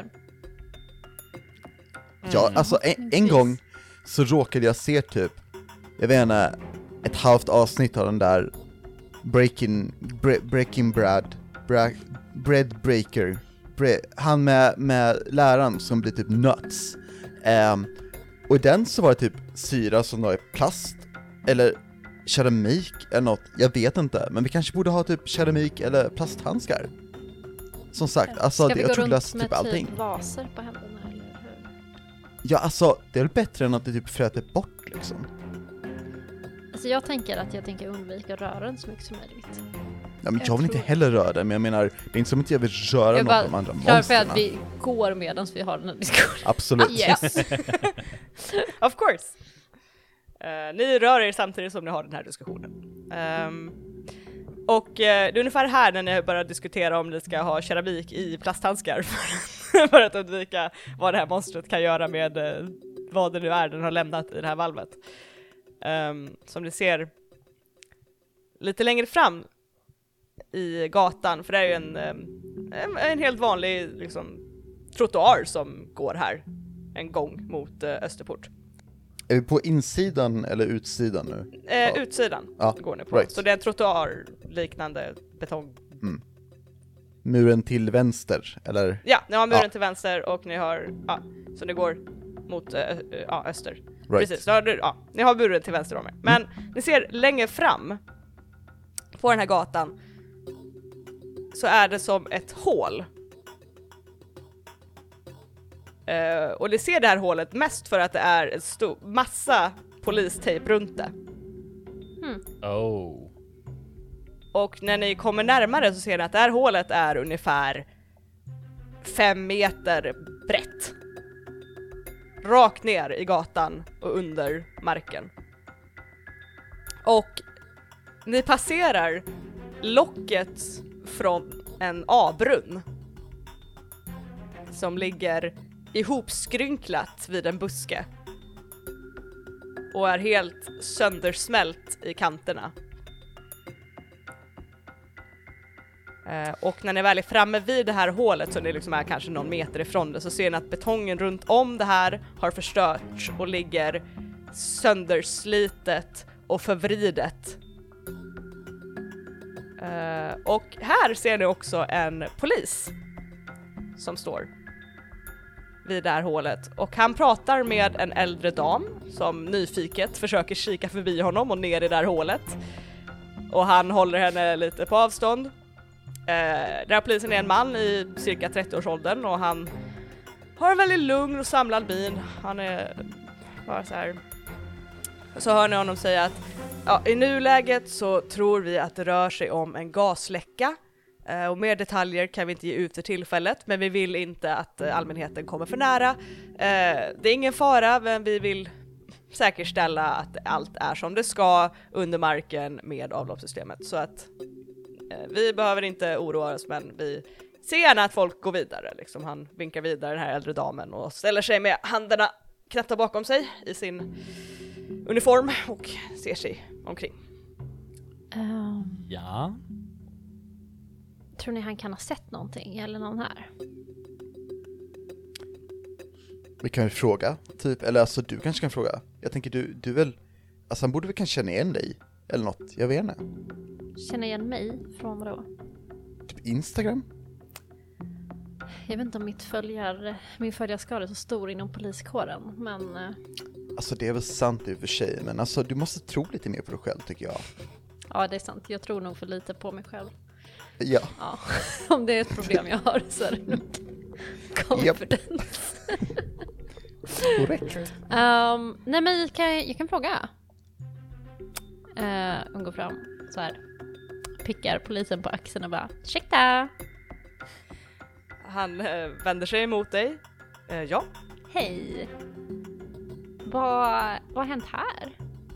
D: ja, alltså en, en gång så råkade jag se typ, jag vet inte, ett halvt avsnitt av den där Breaking, bre, breaking Brad, bra, Bread Breaker, bre, han med, med läraren som blir typ nuts. Um, och i den så var det typ syra som var i plast, eller keramik eller något, jag vet inte, men vi kanske borde ha typ keramik eller plasthandskar. Som sagt, alltså
E: Ska
D: det,
E: vi
D: jag
E: gå
D: tror det
E: runt
D: löser
E: med
D: typ allting.
E: typ vaser på händerna, eller hur?
D: Ja, alltså det är väl bättre än att det typ fräter bort liksom.
E: Alltså jag tänker att jag tänker undvika att röra den så mycket som möjligt.
D: Ja, men
E: Jag
D: jag vill
E: tror-
D: inte heller röra det, men jag menar, det är inte som att jag vill röra
E: Jag
D: något
E: bara
D: av de andra
E: klar för
D: monsterna.
E: att vi går medan vi har den här diskussionen.
D: Absolut.
B: Yes! Of course! Uh, ni rör er samtidigt som ni har den här diskussionen. Um, och uh, det är ungefär här när ni börjar diskutera om ni ska ha keramik i plasthandskar för, för att undvika vad det här monstret kan göra med uh, vad det nu är den har lämnat i det här valvet. Um, som ni ser lite längre fram i gatan, för det är ju en, um, en, en helt vanlig liksom, trottoar som går här en gång mot uh, Österport.
D: Är vi på insidan eller utsidan nu?
B: Eh,
D: Ja.
B: Utsidan
D: Ja,
B: går ni på.
D: right.
B: Så det är en trottoar-liknande betong.
D: Muren till vänster, eller?
B: Ja, ni har muren
D: Ja.
B: till vänster och ni har, ja, så ni går mot äh, ja, öster.
D: Right.
B: Precis, så har du, ja, ni har muren till vänster om er. Men
D: Mm.
B: ni ser längre fram på den här gatan så är det som ett hål. Uh, och ni ser det här hålet mest för att det är en stor massa polistejp runt det.
C: Oh.
B: Och när ni kommer närmare så ser ni att det här hålet är ungefär fem meter brett. Rakt ner i gatan och under marken. Och ni passerar locket från en A-brunn som ligger ihopskrynklat vid en buske och är helt söndersmält i kanterna. Eh, och när ni väl är framme vid det här hålet, så det liksom är kanske någon meter ifrån det, så ser ni att betongen runt om det här har förstörts och ligger sönderslitet och förvridet. Eh, och här ser ni också en polis som står vid det här hålet, och han pratar med en äldre dam som nyfiket försöker kika förbi honom och ner i det här hålet, och han håller henne lite på avstånd. Eh, den här polisen är en man i cirka trettio-årsåldern och han har en väldigt lugn och samlad min. Han är bara så här. Så hör ni honom säga att ja, i nuläget så tror vi att det rör sig om en gasläcka. Uh, och mer detaljer kan vi inte ge ut för tillfället, men vi vill inte att uh, allmänheten kommer för nära. Uh, det är ingen fara, men vi vill säkerställa att allt är som det ska under marken med avloppssystemet. Så att uh, vi behöver inte oroa oss, men vi ser gärna att folk går vidare. Liksom. Han vinkar vidare den här äldre damen och ställer sig med händerna knäppta bakom sig i sin uniform och ser sig omkring.
E: Um,
C: Ja.
E: tror ni han kan ha sett någonting eller någon här?
D: Vi kan ju fråga, typ, eller alltså du kanske kan fråga. Jag tänker du, du väl, alltså han borde väl kanske känna igen dig, eller något, jag vet inte.
E: Känner igen mig från då?
D: Typ Instagram?
E: Jag vet inte om mitt följar, min följarskara är så stor inom poliskåren, men eh,
D: Alltså det är väl sant i och för sig, men alltså du måste tro lite mer på dig själv tycker jag.
E: ja, det är sant. Jag tror nog för lite på mig själv.
D: Ja.
E: Ja, om det är ett problem jag har så är det nog confidence.
D: Korrekt.
E: Um, nej, men jag kan, jag kan fråga. Uh, hon går fram så här, pickar polisen på axeln och bara, ursäkta,
B: Han eh, vänder sig emot dig. Eh, ja.
E: hej. Vad, vad har hänt här?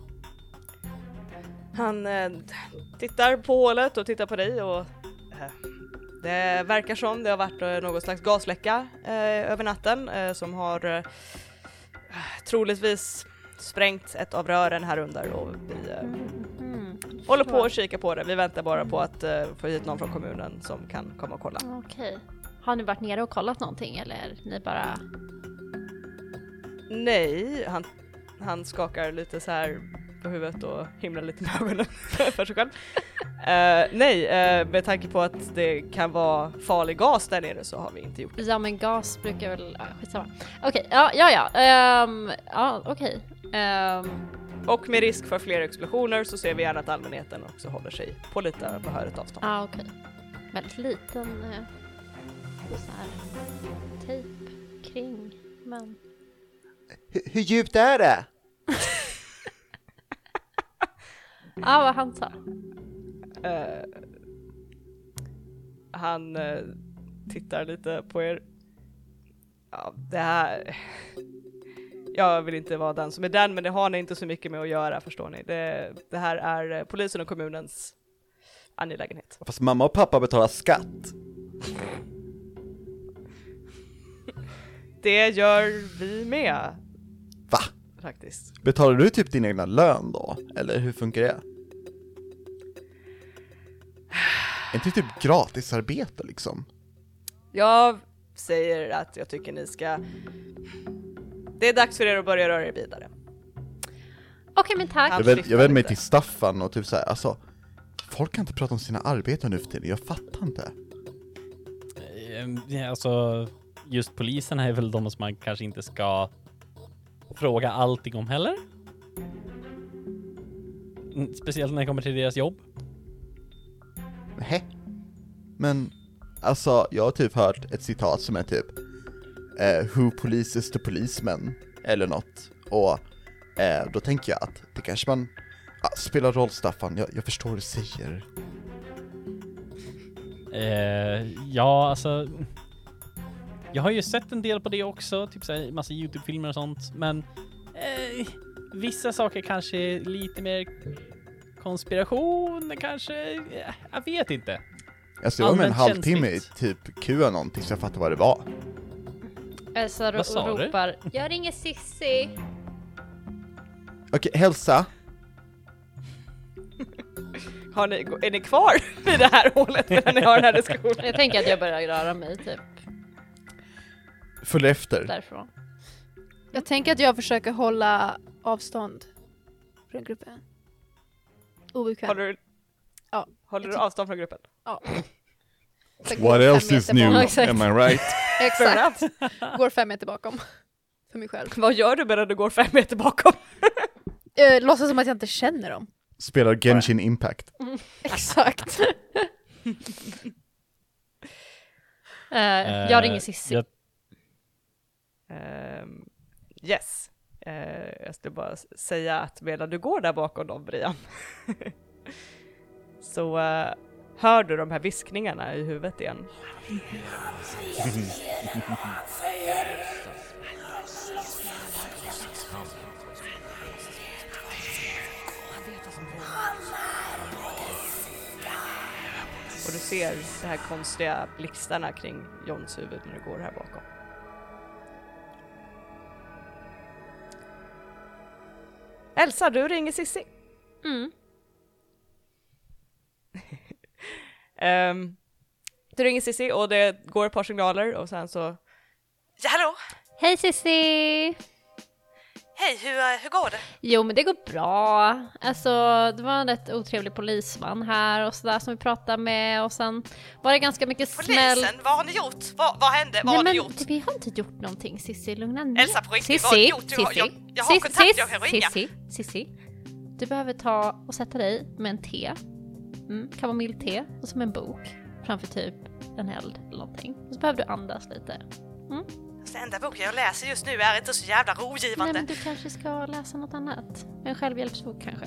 B: Han eh, tittar på hålet och tittar på dig och eh, det verkar som det har varit eh, någon slags gasläcka eh, över natten eh, som har eh, troligtvis sprängt ett av rören här under och vi eh,
E: Mm.
B: håller på att kika på det. Vi väntar bara på att eh, få hit någon från kommunen som kan komma och kolla.
E: Okej. Har ni varit nere och kollat någonting eller ni bara...
B: Nej, han, han skakar lite så här på huvudet och himlar lite med ögonen för sig själv. Uh, nej, uh, med tanke på att det kan vara farlig gas där nere så har vi inte gjort det.
E: Ja, men gas brukar väl... Ja, skitsamma. Okej, ja, ja, ja. Um, ja, okej. Um,
B: Och med risk för fler explosioner så ser vi gärna att allmänheten också håller sig på lite behörigt avstånd.
E: ja, okej. Väldigt liten eh, så här tejp kring, men...
D: H- hur djupt är det?
E: Ja, vad han sa.
B: Uh, han uh, tittar lite på er. Ja, det här... Jag vill inte vara den som är den, men det har ni inte så mycket med att göra, förstår ni. Det, det här är polisen och kommunens angelägenhet.
D: Fast mamma och pappa betalar skatt.
B: Det gör vi med.
D: Va?
B: Faktiskt.
D: Betalar du typ din egna lön då? Eller hur funkar det? Är inte det typ gratisarbete liksom?
B: Jag säger att jag tycker ni ska... Det är dags för er att börja röra er vidare.
E: Okej, men tack.
B: Han
D: Jag vänder
B: skiftar
D: jag vänder mig
B: lite.
D: till Staffan och typ så här, alltså folk kan inte prata om sina arbeten nu för tiden, jag fattar inte.
C: Ehm, ja, alltså, just polisen är väl de som man kanske inte ska fråga allting om heller. Mm, speciellt när det kommer till deras jobb.
D: Nähä. Men alltså, jag har typ hört ett citat som är typ eh, Who polices the policeman? Eller något. Och eh, då tänker jag att det kanske man ah, spelar roll, Staffan, jag, jag förstår vad du säger.
C: Eh, ja, alltså... Jag har ju sett en del på det också, typ så här, massa YouTube-filmer och sånt, men eh, vissa saker kanske är lite mer konspiration, kanske, eh, jag vet inte.
D: Alltså det var med en
C: Allmänt
D: halvtimme i
C: känsligt.
D: typ Q någonting så jag fattar vad det var.
E: Elsa
C: Vad sa
E: ro-
C: du?
E: ropar, jag ringer Sissi.
D: Okej, hälsa.
B: Har ni, är ni kvar i det här hålet medan ni har den här diskussionen?
E: Jag tänker att jag börjar röra mig typ
D: Följ efter.
E: därifrån.
A: Jag tänker att jag försöker hålla avstånd från gruppen. Obekväm.
B: Håller du,
A: Ja.
B: håller du
A: Jag ty-
B: avstånd från gruppen?
A: Ja. Så går
D: What
A: fem
D: else is
A: meter
D: new?
A: bakom.
E: Exakt.
D: Am I right?
A: Exakt. Går fem meter bakom. För mig själv.
B: Vad gör du medan du går fem meter bakom?
A: Eh, låtsas som att jag inte känner dem.
D: Spelar Genshin Impact.
A: Exakt.
E: Eh,
C: Eh,
E: jag ringer Sissi.
C: jag-
B: Um, yes. Uh, jag skulle bara s- säga att medan du går där bakom dem, Brian, så uh, hör du de här viskningarna i huvudet igen. Och du ser de här konstiga blixtarna kring Johns huvud när du går här bakom. Elsa, du ringer Sissi.
E: Mm.
B: Um, du ringer Sissi och det går ett par signaler och sen så... Ja, hallå!
E: Hej Sissi!
B: Hej, hur, hur går det?
E: Jo, men det går bra. Alltså, det var en rätt otrevlig polisman här och sådär som vi pratade med och sen var det ganska mycket smäll.
B: vad har ni gjort? Vad, vad hände?
E: Nej, men vi har inte gjort någonting, Sissi. Lugna ner.
B: Elsa, på riktigt, vad har ni gjort? Du har- jag- jag har kontakt, jag kan ringa.
E: Sissi, Sissi. Du behöver ta och sätta dig med en te. Mm, kamomillte och som en bok framför typ en eld eller någonting. Och så behöver du andas lite.
B: Den enda boken jag läser just nu är inte så jävla
E: Nej,
B: rogivande.
E: men du kanske ska läsa något annat. En självhjälpsbok kanske.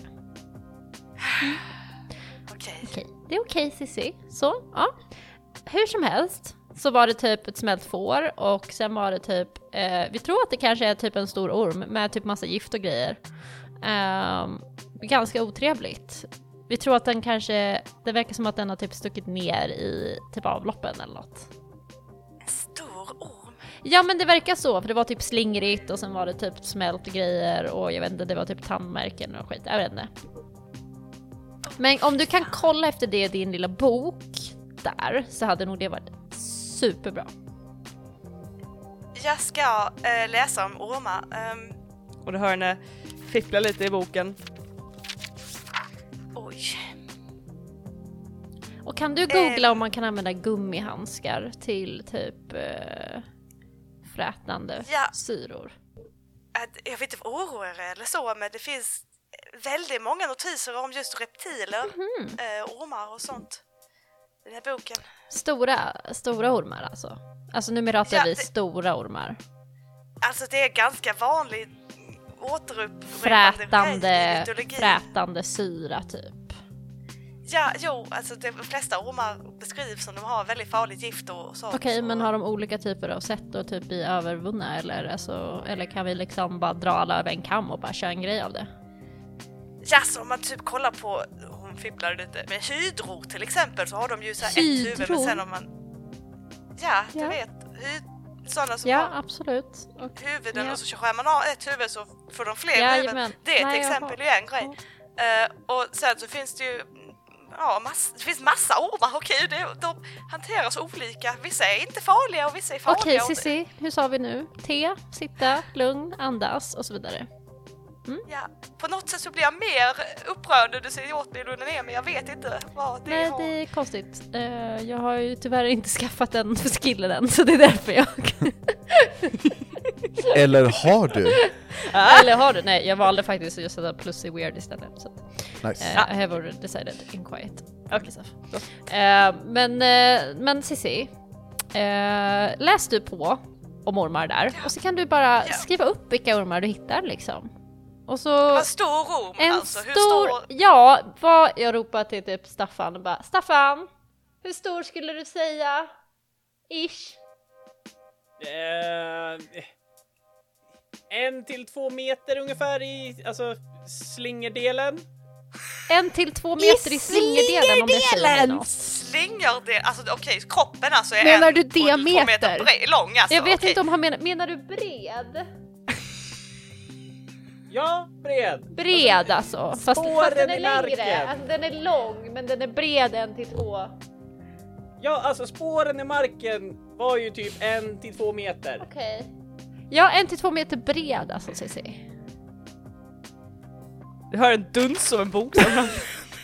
B: Okej.
E: Okej, det är okej Sissi. Så, ja. Hur som helst. så var det typ ett smält får och sen var det typ, eh, vi tror att det kanske är typ en stor orm med typ massa gift och grejer. Eh, ganska otrevligt. Vi tror att den kanske, det verkar som att den har typ stuckit ner i typ avloppen eller något.
B: En stor orm?
E: Ja men det verkar så, för det var typ slingrigt och sen var det typ smält grejer och jag vet inte, det var typ tandmärken och skit, jag vet inte. Men om du kan kolla efter det i din lilla bok där så hade nog det varit superbra.
B: Jag ska äh, läsa om ormar. Um, och du hör henne fippla lite i boken. Oj.
E: Och kan du googla um, om man kan använda gummihandskar till typ äh, frätande
B: ja.
E: syror?
B: Jag vet inte vad oroar eller så, men det finns väldigt många notiser om just reptiler, mm-hmm. äh, ormar och sånt. I den här boken.
E: Stora, stora ormar alltså. Alltså nu pratar ja, vi det, stora ormar.
B: Alltså det är ganska vanligt återupprepande
E: frätande, frätande syra typ.
B: Ja, jo, alltså de flesta ormar beskrivs som de har väldigt farligt gift och så.
E: Okej, okay, men har de olika typer av sätt att typ bli övervunna eller, alltså, eller kan vi liksom bara dra alla över en kam och bara köra en grej av det?
B: Ja, så om man typ kollar på, hon fipplar lite, med hydror till exempel så har de ju så här ett huvud, men sen om man, ja, du ja. vet, hy- sådana som
E: ja,
B: har
E: absolut.
B: Och huvuden ja. Och så skär man av ett huvud så får de fler ja, huvuden. Men, det är till exempel ju en grej. Ja. Uh, och sen så finns det ju, ja, mass- det finns massa ormar, okej, okay, de, de hanteras olika. Vissa är inte farliga och vissa är farliga.
E: Okej, okay, Cissi, hur sa vi nu? Te, sitta, lugn, andas och så vidare.
B: Mm. Ja, på något sätt så blir jag mer upprörd när du säger åt mig att lugna ner, men jag vet inte vad det
E: Nej,
B: har.
E: det är konstigt. Uh, jag har ju tyvärr inte skaffat den för skillen än, så det är därför jag...
D: Eller har du?
E: Eller har du? Nej, jag valde faktiskt att sätta plus i weird istället. Så att,
D: nice.
E: uh, I have already decided in quiet. Okay, so. uh, men, uh, men Cissi, uh, läs du på om ormar där. Ja. Och så kan du bara ja. skriva upp vilka ormar du hittar liksom. Och så
B: vad stor orm
E: en
B: alltså?
E: Hur
B: stor...
E: stor... Ja, vad jag ropar till typ Staffan och bara Staffan, hur stor skulle du säga? Ish.
C: Uh, en till två meter ungefär i alltså slingerdelen.
E: En till två meter i, i slingerdelen om det säger något.
B: Slingerdel, alltså okej, okay, kroppen alltså är
E: menar
B: en
E: du diameter?
B: två meter bre- lång alltså.
E: Jag vet
B: okay.
E: inte om han menar, menar du bred?
C: Ja, bred.
E: Bred alltså. alltså. Fast, fast den är längre. Alltså, den är lång, men den är bred en till två.
C: Ja, alltså spåren i marken var ju typ en till två meter.
E: Okej. Okay. Ja, en till två meter bred alltså, Cissi.
B: Du hör en duns som en bok som han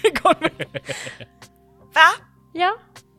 B: va?
E: Ja.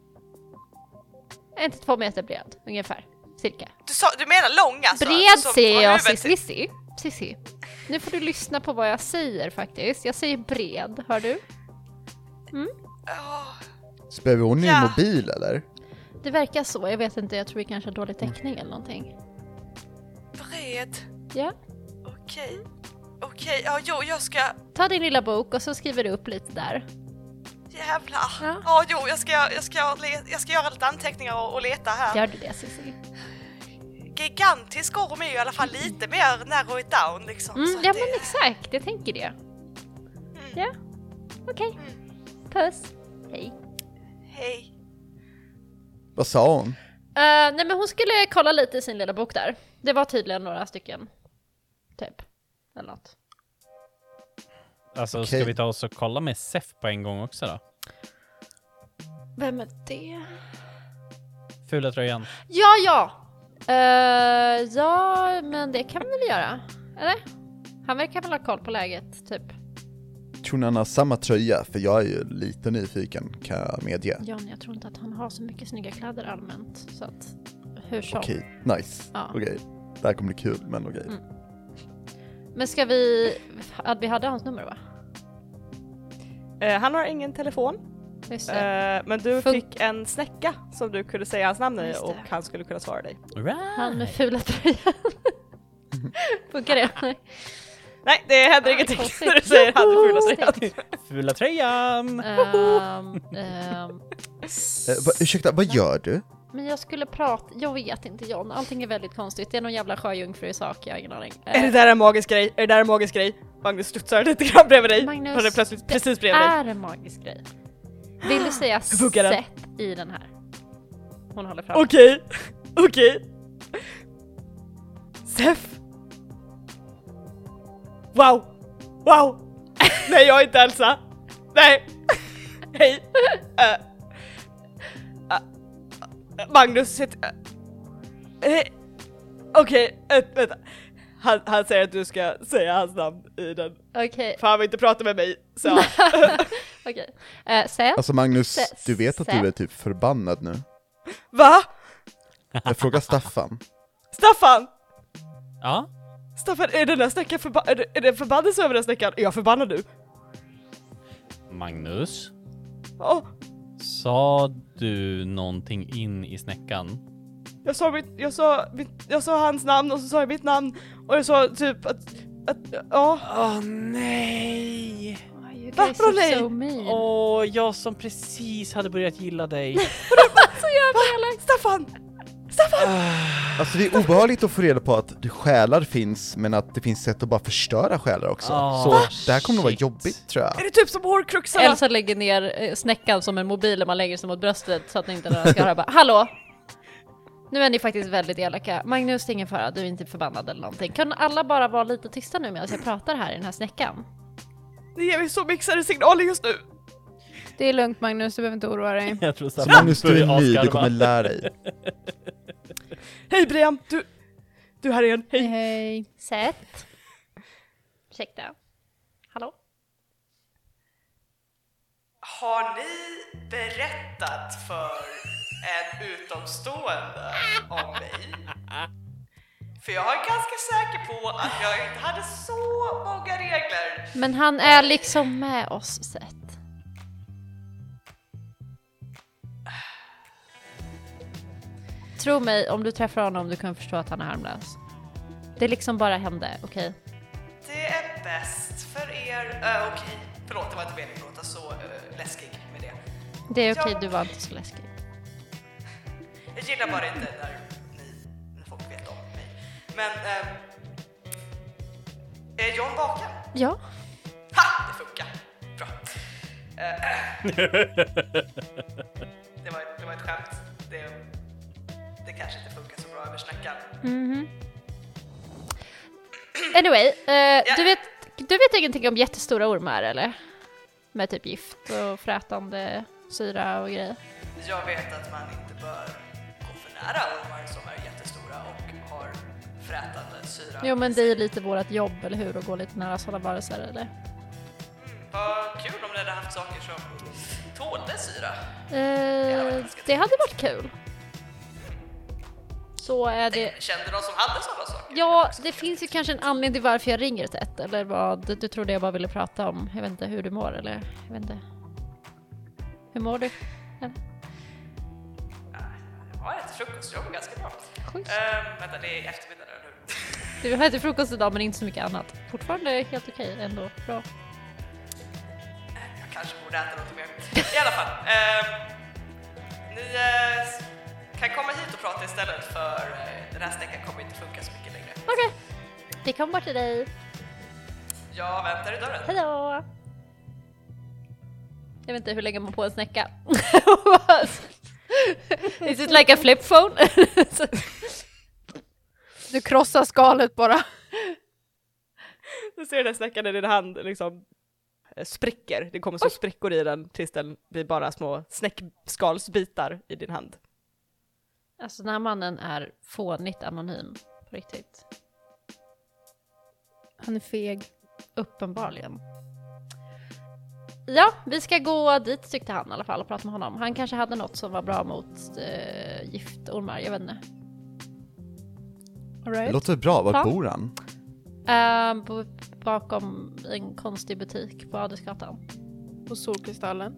E: En till två meter bred, ungefär. Cirka.
B: Du, sa, du menar lång alltså?
E: Bred säger jag, Cissi. Cissi. Nu får du lyssna på vad jag säger faktiskt. Jag säger bred, hör du? Mm?
B: Oh.
D: Spelar vi hon i
B: ja.
D: mobil eller?
E: Det verkar så, jag vet inte, jag tror vi kanske har dålig täckning eller någonting.
B: Bred?
E: Ja.
B: Okej. Okay. Okej, okay. ja, jo, jag ska...
E: Ta din lilla bok och så skriver du upp lite där.
B: Jävlar. Ja, ja jo, jag ska, jag, ska, jag ska göra lite anteckningar och, och leta här.
E: Gör du det, Cissi?
B: Gigantisk orm är ju i alla fall lite mer narrow it down liksom.
E: Mm,
B: så
E: ja
B: det...
E: men exakt, jag tänker det. Mm. Ja, okej. Okay. Mm. Puss. Hej.
B: Hej.
D: Vad sa hon?
E: Uh, nej men hon skulle kolla lite i sin lilla bok där. Det var tydligen några stycken. Typ. Eller något.
C: Alltså
D: okay.
C: Ska vi ta oss och kolla med Sef på en gång också då?
E: Vem är det?
C: Fula tröjan.
E: Ja, ja. Uh, ja, men det kan vi väl göra. Eller? Han verkar väl ha koll på läget, typ.
D: Tror ni han har samma tröja? För jag är ju lite nyfiken, kan jag medge.
E: Ja, men jag tror inte att han har så mycket snygga kläder allmänt. Så att, hur som.
D: Okej, okay, nice. Ja. Okej, okay. Det här kommer bli kul, men okej. Okay. Mm.
E: Men ska vi... Att vi hade hans nummer, va?
B: Uh, han har ingen telefon. Uh, men du Fun- fick en snäcka som du kunde säga hans namn i och han skulle kunna svara dig.
C: Right.
E: Han med fula tröjan. Funkar det? Nej.
B: Nej, det händer ingenting när du säger han med fula tröjan.
C: Fula tröjan!
E: Um, um,
D: uh, va, ursäkta, vad gör du?
E: Men jag skulle prata, jag vet inte John, allting är väldigt konstigt. Det är någon jävla sjöjungfru i sak, jag har ingen aning.
B: Är det där en magisk grej? Är det där en magisk grej? Magnus studsar lite grann bredvid dig.
E: Magnus,
B: Han är plötsligt
E: det
B: precis bredvid dig.
E: är en magisk grej. Vill du säga
B: Funkar den?
E: sätt i den här? Hon håller fram.
B: Okej, okej. Sef. Wow, wow. Nej, jag är inte Elsa. Nej. Hej. Uh. Uh. Magnus heter... Uh. Uh. Okej, okay. uh, vänta. Han, han säger att du ska säga hans namn i den.
E: Okej. Okay.
B: För han vill inte prata med mig. Så.
E: Okej. Okay. Uh, Sef.
D: Alltså Magnus,
E: Sef.
D: du vet att du är typ förbannad nu.
B: Va?
D: Jag frågar Staffan.
B: Staffan!
C: Ja?
B: Staffan, är den där snäckan förba- är, det, är det förbannelse över den snäckan? Är jag förbannad nu?
C: Magnus?
B: Oh,
C: Sa du någonting in i snäckan?
B: jag sa mitt, jag sa mitt, jag sa hans namn och så sa jag mitt namn och jag sa typ att, att ja.
C: Åh oh, nej!
E: Oh, you
B: Va?
E: guys
B: Vadå
E: are
B: nej?
E: so mean.
C: Åh, oh, jag som precis hade börjat gilla dig.
E: Så jävla elakt.
B: Staffan! Staffan!
D: Alltså det är obehagligt att få reda på att själar finns, men att det finns sätt att bara förstöra själar också.
C: Oh,
D: så det här kommer att vara
C: shit.
D: jobbigt, tror jag.
B: Är det typ som hårkruxarna?
E: Elsa lägger ner eh, snäckan som en mobil när man lägger sig mot bröstet så att inte någon ska höra bara, hallå! Nu är ni faktiskt väldigt elaka. Magnus, det är ingen fara, du är inte förbannad eller någonting. Kan alla bara vara lite tysta nu medan jag pratar här i den här snäckan?
B: Det ger mig så mixade signaler just nu.
A: Det är lugnt Magnus, du behöver inte oroa dig.
C: Jag tror
D: Så Magnus, du är ny, du kommer lära dig.
B: Hej Brian, du, du här igen.
A: Hej
B: Hej.
A: hej.
E: Sätt. Ursäkta. Hallå?
B: Har ni berättat för en utomstående om mig? För jag är ganska säker på att jag inte hade så många regler.
E: Men han är liksom med oss, Sätt. Tro mig, om du träffar honom du kan förstå att han är harmlös. Det liksom bara hände, okej? Okay?
B: Det är bäst för er. Uh, okej, okay. Förlåt, det var inte meningen att låta så uh, läskig med det.
E: Det är okej, okay,
B: jag...
E: du var inte så läskig.
B: Jag gillar bara inte när, ni, när folk vet om mig. Men, uh, är John vaken?
E: Ja.
B: Ha! Det funkar. Bra. Uh, det, var, det var ett skämt. Det, det kanske inte funkar så bra över snäckan.
E: Mm-hmm. Anyway, uh,
B: ja.
E: du, vet, du vet ingenting om jättestora ormar, eller? Med typ gift och frätande syra och grejer.
B: Jag vet att man inte bör gå för nära ormar som är jättestora och har frätande syra.
E: Jo, men det är lite vårt jobb, eller hur? Att gå lite nära sådana varelser, eller?
B: Mm, vad kul om ni hade haft saker som tålde syra.
E: Uh, det hade varit kul. Så är det...
B: Kände någon som hade sådana saker?
E: Ja, det finns ju kanske en anledning till varför jag ringer till ett, eller vad du trodde jag bara ville prata om. Jag vet inte hur du mår, eller jag vet inte. Hur mår du? Ja.
B: Jag har ätit frukost, jag mår ganska bra.
E: Schysst.
B: Uh, vänta, det är eftermiddag nu.
E: Du har ätit frukost idag men inte så mycket annat. Fortfarande helt okej ändå, bra.
B: Jag kanske borde äta något mer. I alla fall, uh, ni uh, kan komma hit och prata istället för uh, den här snäckan kommer inte funka så mycket längre.
E: Okej, okay. Vi kommer bort till dig.
B: Jag väntar i dörren.
E: Hejdå! Jag vet inte hur länge man på en snäcka. Is it like a flip phone?
A: Du krossar skalet bara.
B: Du ser den här snäckan i din hand liksom spricker. Det kommer så sprickor i den tills den blir bara små snäckskalsbitar i din hand.
E: Alltså den här mannen är fånigt anonym på riktigt.
A: Han är feg.
E: Uppenbarligen. Ja, vi ska gå dit tyckte han i alla fall och prata med honom. Han kanske hade något som var bra mot äh, giftormar, jag vet inte.
A: All right.
D: Det låter bra, var
E: ja.
D: bor han?
E: Uh, b- bakom en konstig butik på Adelsgatan.
A: På Solkristallen.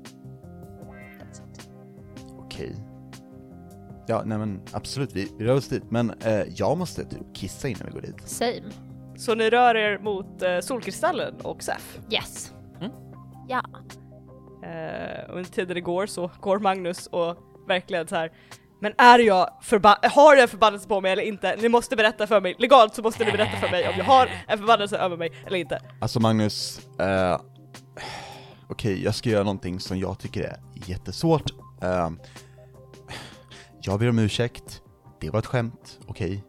D: Okej. Ja, nej men absolut, vi, vi rör oss dit. Men eh, jag måste typ kissa innan vi går dit.
E: Same.
B: Så ni rör er mot eh, Solkristallen och Sef.
E: Yes.
C: Mm.
E: Ja.
B: Eh, och under tiden det går så går Magnus och verkligen så här Men är jag förba- har jag en förbannelse på mig eller inte? Ni måste berätta för mig. Legalt så måste ni berätta för mig om jag har en förbannelse över mig eller inte.
D: Alltså Magnus, eh, okej, okay, jag ska göra någonting som jag tycker är jättesvårt. Eh, jag ber om ursäkt. Det var ett skämt, okej. Okay.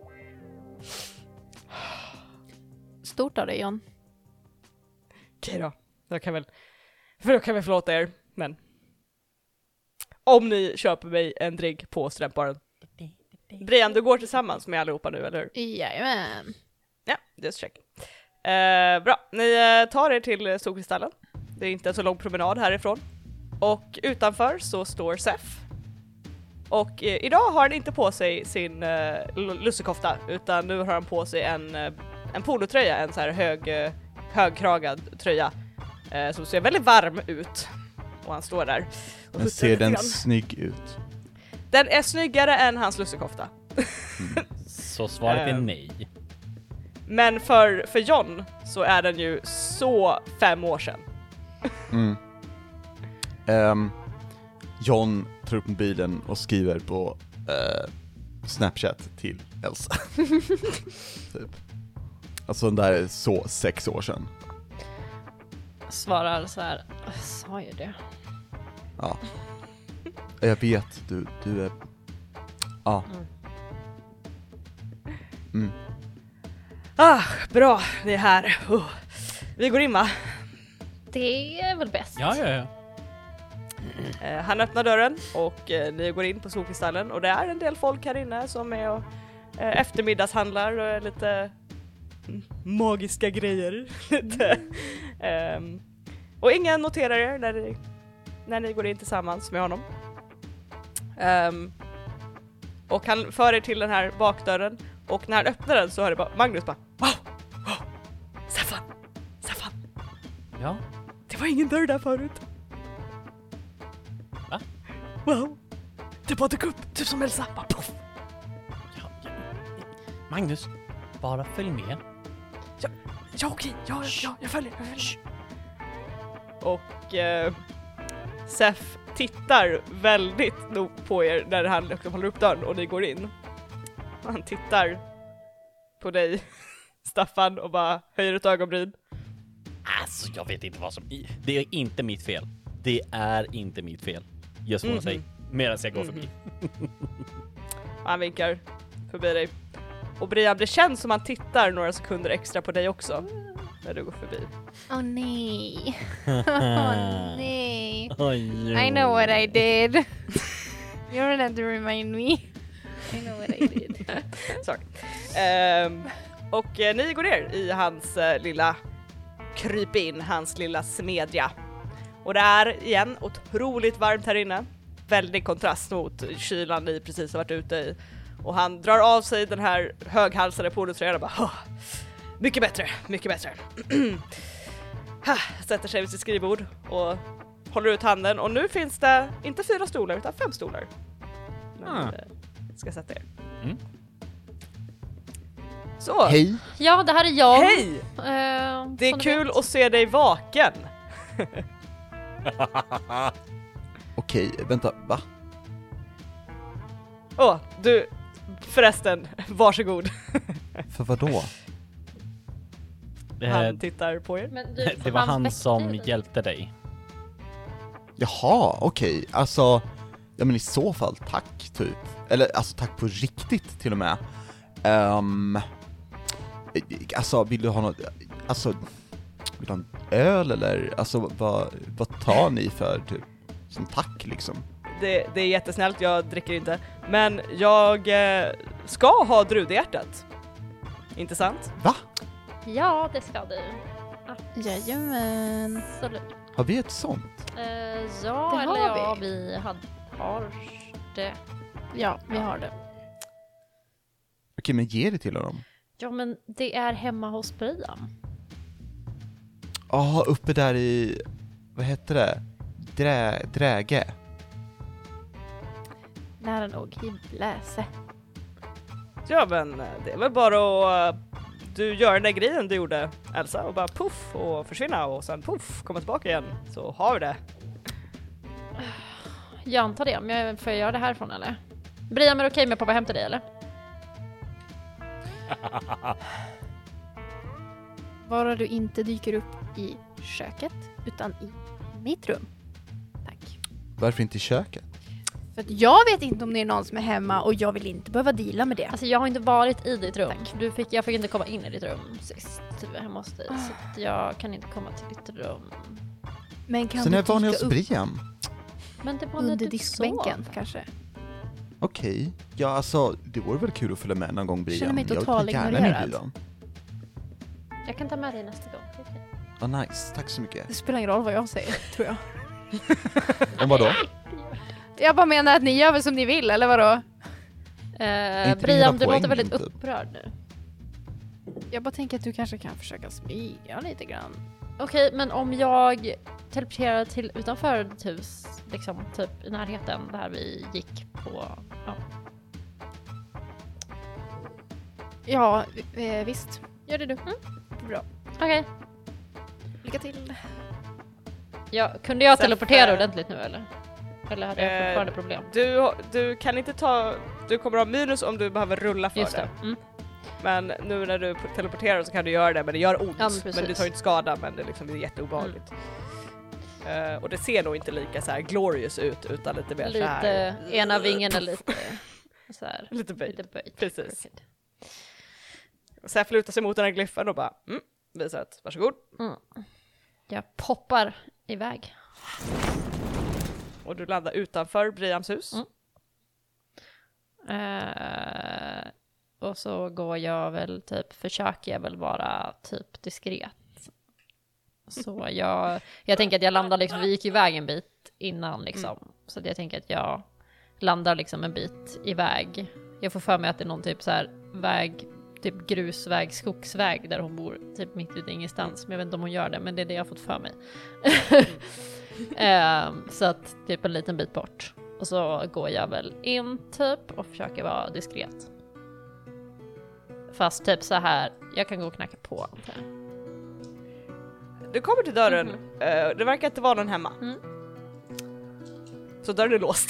A: Stort av dig, John.
B: Okej då. Jag kan väl, för då kan vi förlåta er, men om ni köper mig en drink på studentbaren. Brian, du går tillsammans med allihopa nu, eller hur?
A: Jajamän.
B: Ja, just check. Eh, bra, ni eh, tar er till Solkristallen. Det är inte en så lång promenad härifrån. Och utanför så står Sef. Och eh, idag har han inte på sig sin eh, lussekofta, utan nu har han på sig en, eh, en polotröja, en så här hög, eh, högkragad tröja eh, som ser väldigt varm ut. Och han står där. Och
D: men ser den snygg ut?
B: Den är snyggare än hans lussekofta.
C: Mm. Så svaret är nej.
B: Men för, för John så är den ju så fem år sedan.
D: Mm. Um, John tar upp mobilen och skriver på uh, Snapchat till Elsa. Typ. Alltså den där är så sex år sedan.
E: Svarar så här, jag sa ju det.
D: Ja. Jag vet, du, du är... Ja. Mm.
B: Ah, bra, ni är här. Uh. Vi går in, va?
E: Det är väl bäst.
C: Ja, ja, ja.
B: Eh, han öppnar dörren och eh, ni går in på Solkristallen och det är en del folk här inne som är och eh, eftermiddagshandlar och är lite magiska grejer. lite. Um, och ingen noterar er när ni, när ni går in tillsammans med honom. Um, och han för er till den här bakdörren och när han öppnar den så hör det bara Magnus bara wow, wow, Staffan, Staffan.
C: Ja.
B: Det var ingen dörr där förut.
C: Va?
B: Wow. Det bara dök upp, typ som Elsa. Bara puff.
C: Ja, ja. Magnus, bara följ med.
B: Ja, ja okej. Ja, ja, jag följer. Jag följer. Och eh, Sef tittar väldigt nog på er när han liksom håller upp dörren och ni går in. Han tittar på dig, Staffan, och bara höjer ett ögonbryn.
C: Alltså, jag vet inte vad som... Det är inte mitt fel. Det är inte mitt fel. Just vad jag säger. Medan jag går
B: Mhm.
C: förbi.
B: Han vinkar förbi dig. Och Brian, det känns som han tittar några sekunder extra på dig också. När du går förbi.
A: Åh oh, nej. Åh oh, nej.
C: Oj,
A: I know what I did. You don't have to remind me. I know what I did.
B: Sorry. Um, och eh, ni går ner i hans eh, lilla kryp in, hans lilla smedja. Och det är igen otroligt varmt här inne. Väldigt kontrast mot kylan ni precis har varit ute i. Och han drar av sig den här höghalsade polotröjan och bara oh, mycket bättre, mycket bättre. ha, sätter sig vid sitt skrivbord och håller ut handen. Och nu finns det inte fyra stolar utan fem stolar. Men,
C: Ah.
B: eh, ska sätta er.
C: Mm.
B: Så.
D: Hej!
E: Ja, det här är jag.
B: Hej!
E: Uh,
B: Det är kul att se dig vaken.
D: Okej, vänta, va?
B: Åh, oh, du, förresten, varsågod.
D: För vad då?
C: Eh,
B: Han tittar på er.
E: Men du,
C: det var han
E: väckte
C: som
E: dig.
C: hjälpte dig.
D: Jaha, okej. Alltså, ja men i så fall tack, typ. Eller alltså tack på riktigt till och med. Um, alltså, vill du ha något... Alltså, vill du ha en öl eller? Alltså, vad, vad tar ni för, typ? Som tack, liksom.
B: Det, det är jättesnällt, jag dricker inte. Men jag eh, ska ha druvhjärtat. Inte sant?
D: Va?
E: Ja, det ska du.
A: Jajamän.
E: Absolut.
D: Har vi ett sånt?
E: Uh, ja,
A: Det har
E: eller ja,
A: vi.
E: vi had, har det.
A: Ja, vi har det.
D: Okej, men ge det till honom.
E: Ja, men det är hemma hos Brian.
D: Ja, uppe där i... Vad heter det? Drä, dräge.
A: Nära nog i Bläse.
B: Ja, men det är väl bara att uh, du gör den där grejen du gjorde, Elsa, och bara puff och försvinna och sen puff, komma tillbaka igen. Så har vi det.
E: Jag antar det, men jag får jag göra det härifrån eller? Brian, är det okej med pappa hämta dig eller?
A: Bara du inte dyker upp i köket utan i mitt rum. Tack.
D: Varför inte i köket?
A: För att jag vet inte om det är någon som är hemma och jag vill inte behöva deala med det.
E: Alltså jag har inte varit i ditt rum.
A: Tack.
E: Du fick, jag fick inte komma in i ditt rum sist hemma hos dig. Så att jag kan inte komma till ditt rum.
A: Men kan
D: Så
A: du
D: när var ni hos
A: dyka upp
D: Brian?
E: Men det var när
A: under
E: du
A: diskbänken
E: sov.
A: kanske?
D: Okej. Ja, alltså, det vore väl kul att följa med någon gång, Brian.
A: Känner mig
D: Jag
A: totalt
D: tar gärna en
A: ignorerad.
D: inbjudan.
E: Jag kan ta med dig nästa gång. Okay.
D: Vad nice, tack så mycket.
A: Det spelar ingen roll vad jag säger, tror jag.
D: Men vadå?
A: Jag bara menar att ni gör väl som ni vill, eller vadå?
E: Eh,
D: inte det
E: Brian,
D: hela
E: du låter
D: poängen,
E: väldigt
D: typ?
E: upprörd nu.
A: Jag bara tänker att du kanske kan försöka smyga lite grann.
E: Okej, men om jag teleporterar till utanför ditt hus, liksom typ i närheten där vi gick på, ja.
A: Ja, eh, visst. Gör det du. Mm. Bra.
E: Okej.
A: Lycka till.
E: Ja, kunde jag
B: Sen
E: teleportera
B: för-
E: ordentligt nu eller? Eller hade jag
B: Eh,
E: fortfarande problem?
B: Du, du kan inte ta... Du kommer ha minus om du behöver rulla för
E: Just
B: det.
E: det. Mm.
B: Men nu när du teleporterar så kan du göra det, men det gör ont.
E: Ja, men
B: men,
E: precis.
B: du tar inte skada, men det är, liksom, det är jätteobehagligt. Eh, och det ser nog inte lika så här glorious ut, utan lite mer så här...
E: Lite, ena vingen är lite så här,
B: Lite böjd.
E: lite böjd.
B: Precis.
E: Crooked.
B: Säf lutar sig mot den här glyffen och bara mm, visar att varsågod.
E: Mm. Jag poppar iväg.
B: Och du landar utanför Briams hus.
E: Mm. Eh, och så går jag väl typ, försöker jag väl vara typ diskret. Så jag, jag tänker att jag landar liksom, vi gick iväg en bit innan liksom.
B: Mm.
E: Så att jag tänker att jag landar liksom en bit iväg. Jag får för mig att det är någon typ så här väg, typ grusväg, skogsväg där hon bor typ mitt ute i ingenstans. Men jag vet inte om hon gör det, men det är det jag har fått för mig. um, så att typ en liten bit bort. Och så går jag väl in typ och försöker vara diskret. Fast typ så här, jag kan gå och knacka på antar jag.
B: Du kommer till dörren,
E: Mhm.
B: eh, det verkar inte vara någon hemma.
E: Mm.
B: Så dörren är låst.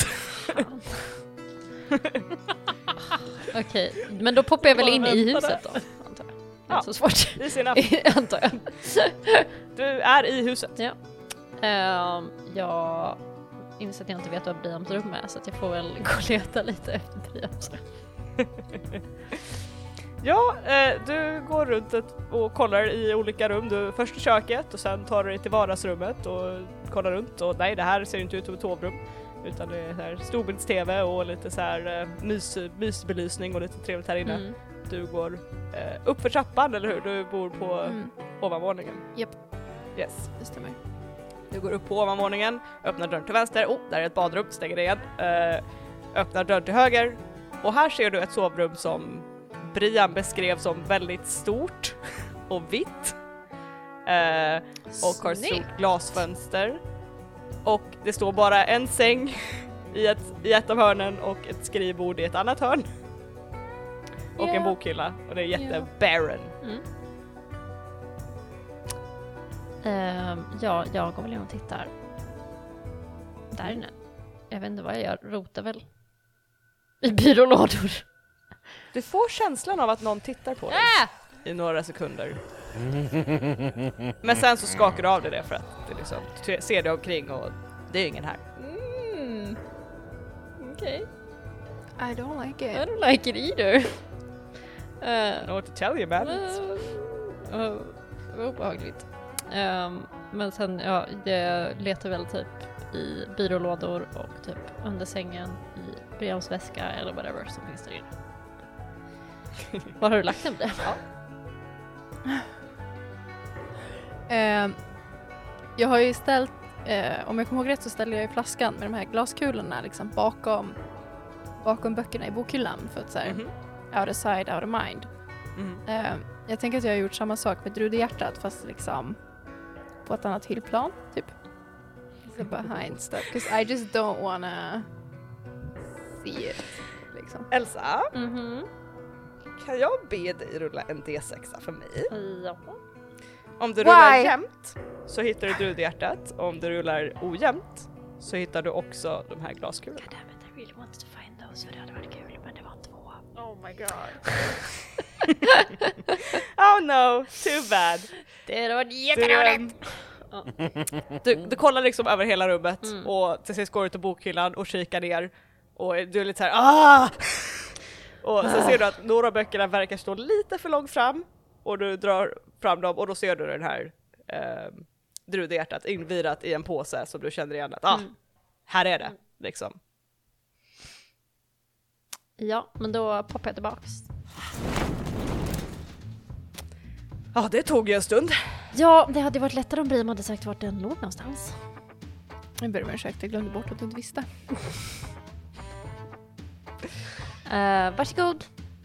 E: Okej, men då poppar jag väl
B: Bara
E: in i
B: vänta
E: huset då, antar jag. Det är
B: Ja.
E: inte så svårt.
B: Easy enough.
E: antar jag.
B: Du är i huset.
E: Ja. Ehm, jag inser att jag inte vet vad Briams rum är, så att jag får väl gå och leta lite efter Briams rum.
B: Ja, eh, du går runt ett, och kollar i olika rum. Du först i köket och sen tar du dig till vardagsrummet och kollar runt. Och nej, det här ser inte ut som ett sovrum. Utan det är så här storbilds-tv och lite så här eh, mys, mysbelysning och lite trevligt här inne.
E: Mm.
B: Du går eh, upp för trappan, eller hur? Du bor på
A: Mm,
B: ovanvåningen.
A: Japp.
B: Yes.
A: det stämmer.
B: Du går upp på ovanvåningen, öppnar dörren till vänster. Oh, där är ett badrum, stänger det igen. Eh, öppnar dörren till höger. Och här ser du ett sovrum som Brian beskrev som väldigt stort och vitt. Eh, och har ett
E: Snyggt.
B: stort glasfönster. Och det står bara en säng i ett, i ett av hörnen och ett skrivbord i ett annat hörn. Och
E: Ja.
B: en bokhylla. Och det är
E: Ja.
B: jätte-barren.
E: Mm. Ehm, ja, jag går väl in och tittar. Där inne. Jag vet inte vad jag gör, rotar väl i byrålådor.
B: Du får känslan av att någon tittar på dig
E: Äh!
B: i några sekunder. Men sen så skakar du av dig det för att det liksom, du ser dig omkring och det är ingen här.
E: Mm. Okej.
A: I don't like
E: I
A: it.
E: don't like it either.
B: I don't know what to tell you man.
E: Uh, uh, vad obehagligt. Um, men sen, ja, jag letar väl typ i byrålådor och typ under sängen i Brians väska eller whatever som finns där inne. Var har du lagt den på det? Ja.
A: Eh, jag har ju ställt, eh, om jag kommer ihåg rätt så ställde jag ju flaskan med de här glaskulorna liksom bakom, bakom böckerna i bokhyllan för att så här,
B: Mhm.
A: out of sight, out of mind.
B: Mhm.
A: Eh, jag tänker att jag har gjort samma sak med Drudehjärtat fast liksom på ett annat hyllplan typ. Så behind stuff, 'cause I just don't wanna see it liksom.
B: Elsa,
E: Mhm.
B: kan jag be dig rulla en D sex för mig?
E: Ja.
B: Om du
A: Why?
B: rullar jämnt så hittar du drudhjärtat. Om du rullar ojämnt så hittar du också de här glaskulorna.
E: God damn it, I really wanted to find those. så det hade varit kul, men det var två.
A: Oh my god.
B: Oh no, too bad.
E: Det hade varit
B: Du,
E: jätteroligt!
B: ehm, du, du kollar liksom över hela rummet
E: Mm.
B: och till sist går du till bokhyllan och kikar ner och du är lite så här ah! Och så ser du att några av böckerna verkar stå lite för långt fram och du drar fram dem och då ser du den här eh, drudhjärtat invirat i en påse som du känner igen att ah,
E: Mm.
B: här är det liksom.
E: Ja, men då poppar jag tillbaks.
B: Ja, det tog ju en stund.
E: Ja, det hade varit lättare om Brim hade sagt vart den låg någonstans.
A: Jag började med ursäkt, jag glömde bort att du inte visste.
E: Uh, varsågod.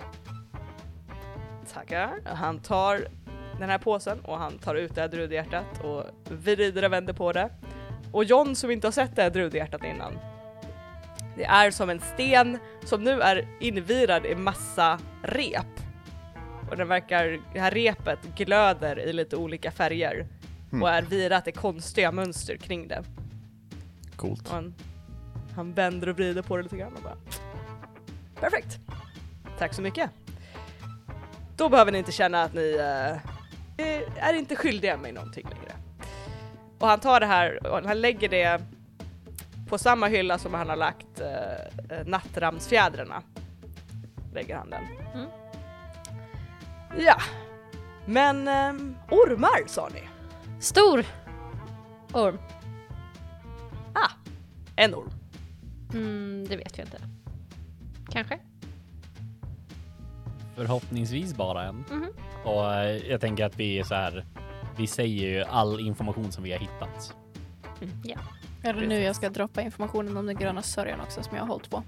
B: Tackar. Han tar den här påsen och han tar ut det här drudhjärtat och vrider och vänder på det. Och John som inte har sett det här drudhjärtat innan. Det är som en sten som nu är invirad i massa rep. Och den verkar, det här repet glöder i lite olika färger.
D: Mm.
B: Och är virat i konstiga mönster kring det.
D: Coolt.
B: Och han, han vänder och vrider på det lite grann och bara... Perfekt. Tack så mycket. Då behöver ni inte känna att ni uh, är inte skyldiga mig någonting längre. Och han tar det här och han lägger det på samma hylla som han har lagt uh, nattramsfjädrarna. Lägger han den.
E: Mm.
B: Ja. Men um, ormar sa ni.
E: Stor orm.
B: Ah, en orm.
E: Mm, det vet vi inte. Kanske.
C: Förhoppningsvis bara en.
E: Mhm.
C: Och eh, jag tänker att vi är så här. Vi säger ju all information som vi har hittat.
E: Ja.
A: Är det nu jag ska droppa informationen om den gröna sörjan också som jag har hållit på?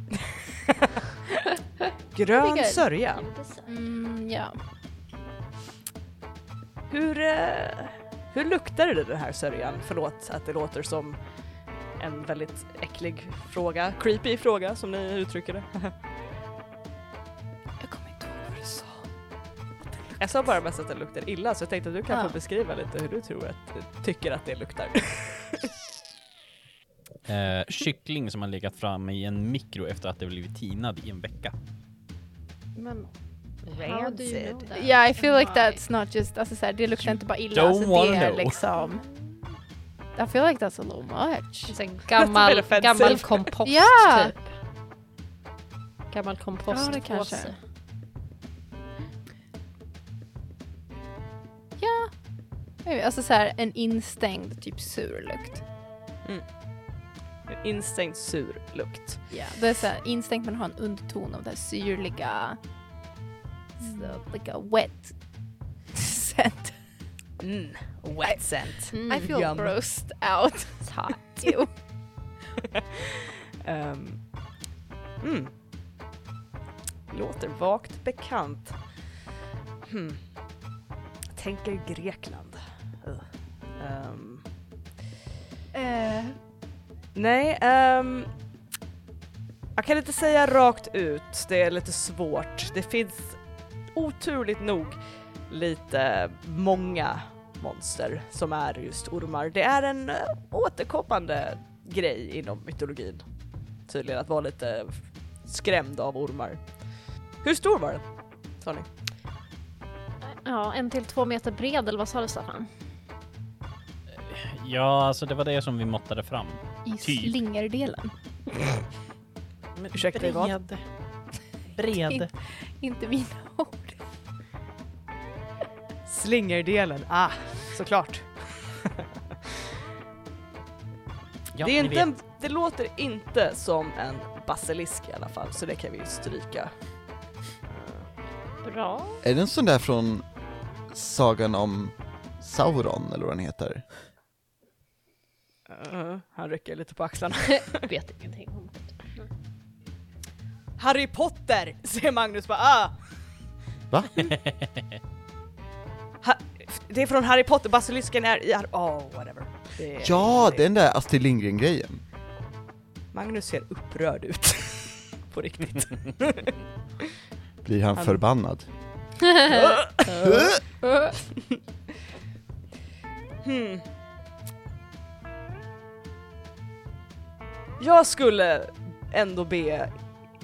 B: Grön
E: Vilka-
B: sörja.
A: Mm, ja.
B: Hur, eh, hur luktar det den här sörjan? Förlåt att det låter som en väldigt äcklig fråga. Creepy fråga som ni uttrycker det.
A: Jag kommer inte ihåg vad du sa.
B: Jag sa bara mest att det luktar illa så jag tänkte att du kan
A: Ja.
B: få beskriva lite hur du tror att, tycker att det luktar.
C: Eh, kyckling som har legat fram i en mikro efter att det blivit tinad i en vecka.
E: Men how do you know that?
A: Yeah, I feel like
E: Why?
A: that's not just, alltså såhär, det luktar
C: You
A: inte bara illa,
C: don't
A: alltså
C: wanna
A: det är
C: know.
A: liksom... I feel like that's a little much.
E: Så en gammal,
B: That's a bit
E: gammal
B: offensive.
E: kompost
A: Ja.
E: typ. Gammal kompost.
A: Ja, det kanske.
E: påse.
A: Ja. Jag vet, alltså såhär, en instängd typ sur lukt.
B: En instängd sur lukt.
A: Ja. Det är såhär, instängt men har en underton av det här syrliga... So, like a wet scent.
B: Mm, wet scent.
E: Mm.
A: I feel
B: Yum.
A: grossed out.
E: It's hot.
A: Ew.
B: Um, mm. Låter vagt bekant. Hmm. Jag tänker Grekland. Ugh. Um,
A: Eh,
B: nej, um, jag kan inte säga rakt ut. Det är lite svårt. Det finns oturligt nog lite många monster som är just ormar. Det är en uh, återkommande grej inom mytologin. Tydligen att vara lite skrämd av ormar. Hur stor var den? Sa ni?
E: Ja, en till två meter bred, eller vad sa du, Staffan?
C: Ja, alltså det var det som vi måttade fram.
A: I
C: Typ.
A: slingerdelen.
C: Men
B: Ursäkta, vad?
C: bred. Bred.
A: Inte mina ord.
B: Slingerdelen, ah, såklart.
C: Ja,
B: det, är
C: ni
B: inte en,
C: vet.
B: det låter inte som en basilisk i alla fall, så det kan vi ju stryka.
E: Bra.
D: Är det en sån där från sagan om Sauron, eller vad den heter?
B: Uh, han rycker lite på axlarna.
E: Vet ingenting om det.
B: Harry Potter, säger Magnus bara, ah!
D: Va?
B: Ha, det är från Harry Potter, basilisken är i... Oh, whatever. Det är,
D: Ja,
B: det,
D: den där Astrid Lindgren-grejen.
B: Magnus ser upprörd ut. På riktigt.
D: Blir han
B: Han-
D: förbannad?
B: Hmm. Jag skulle ändå be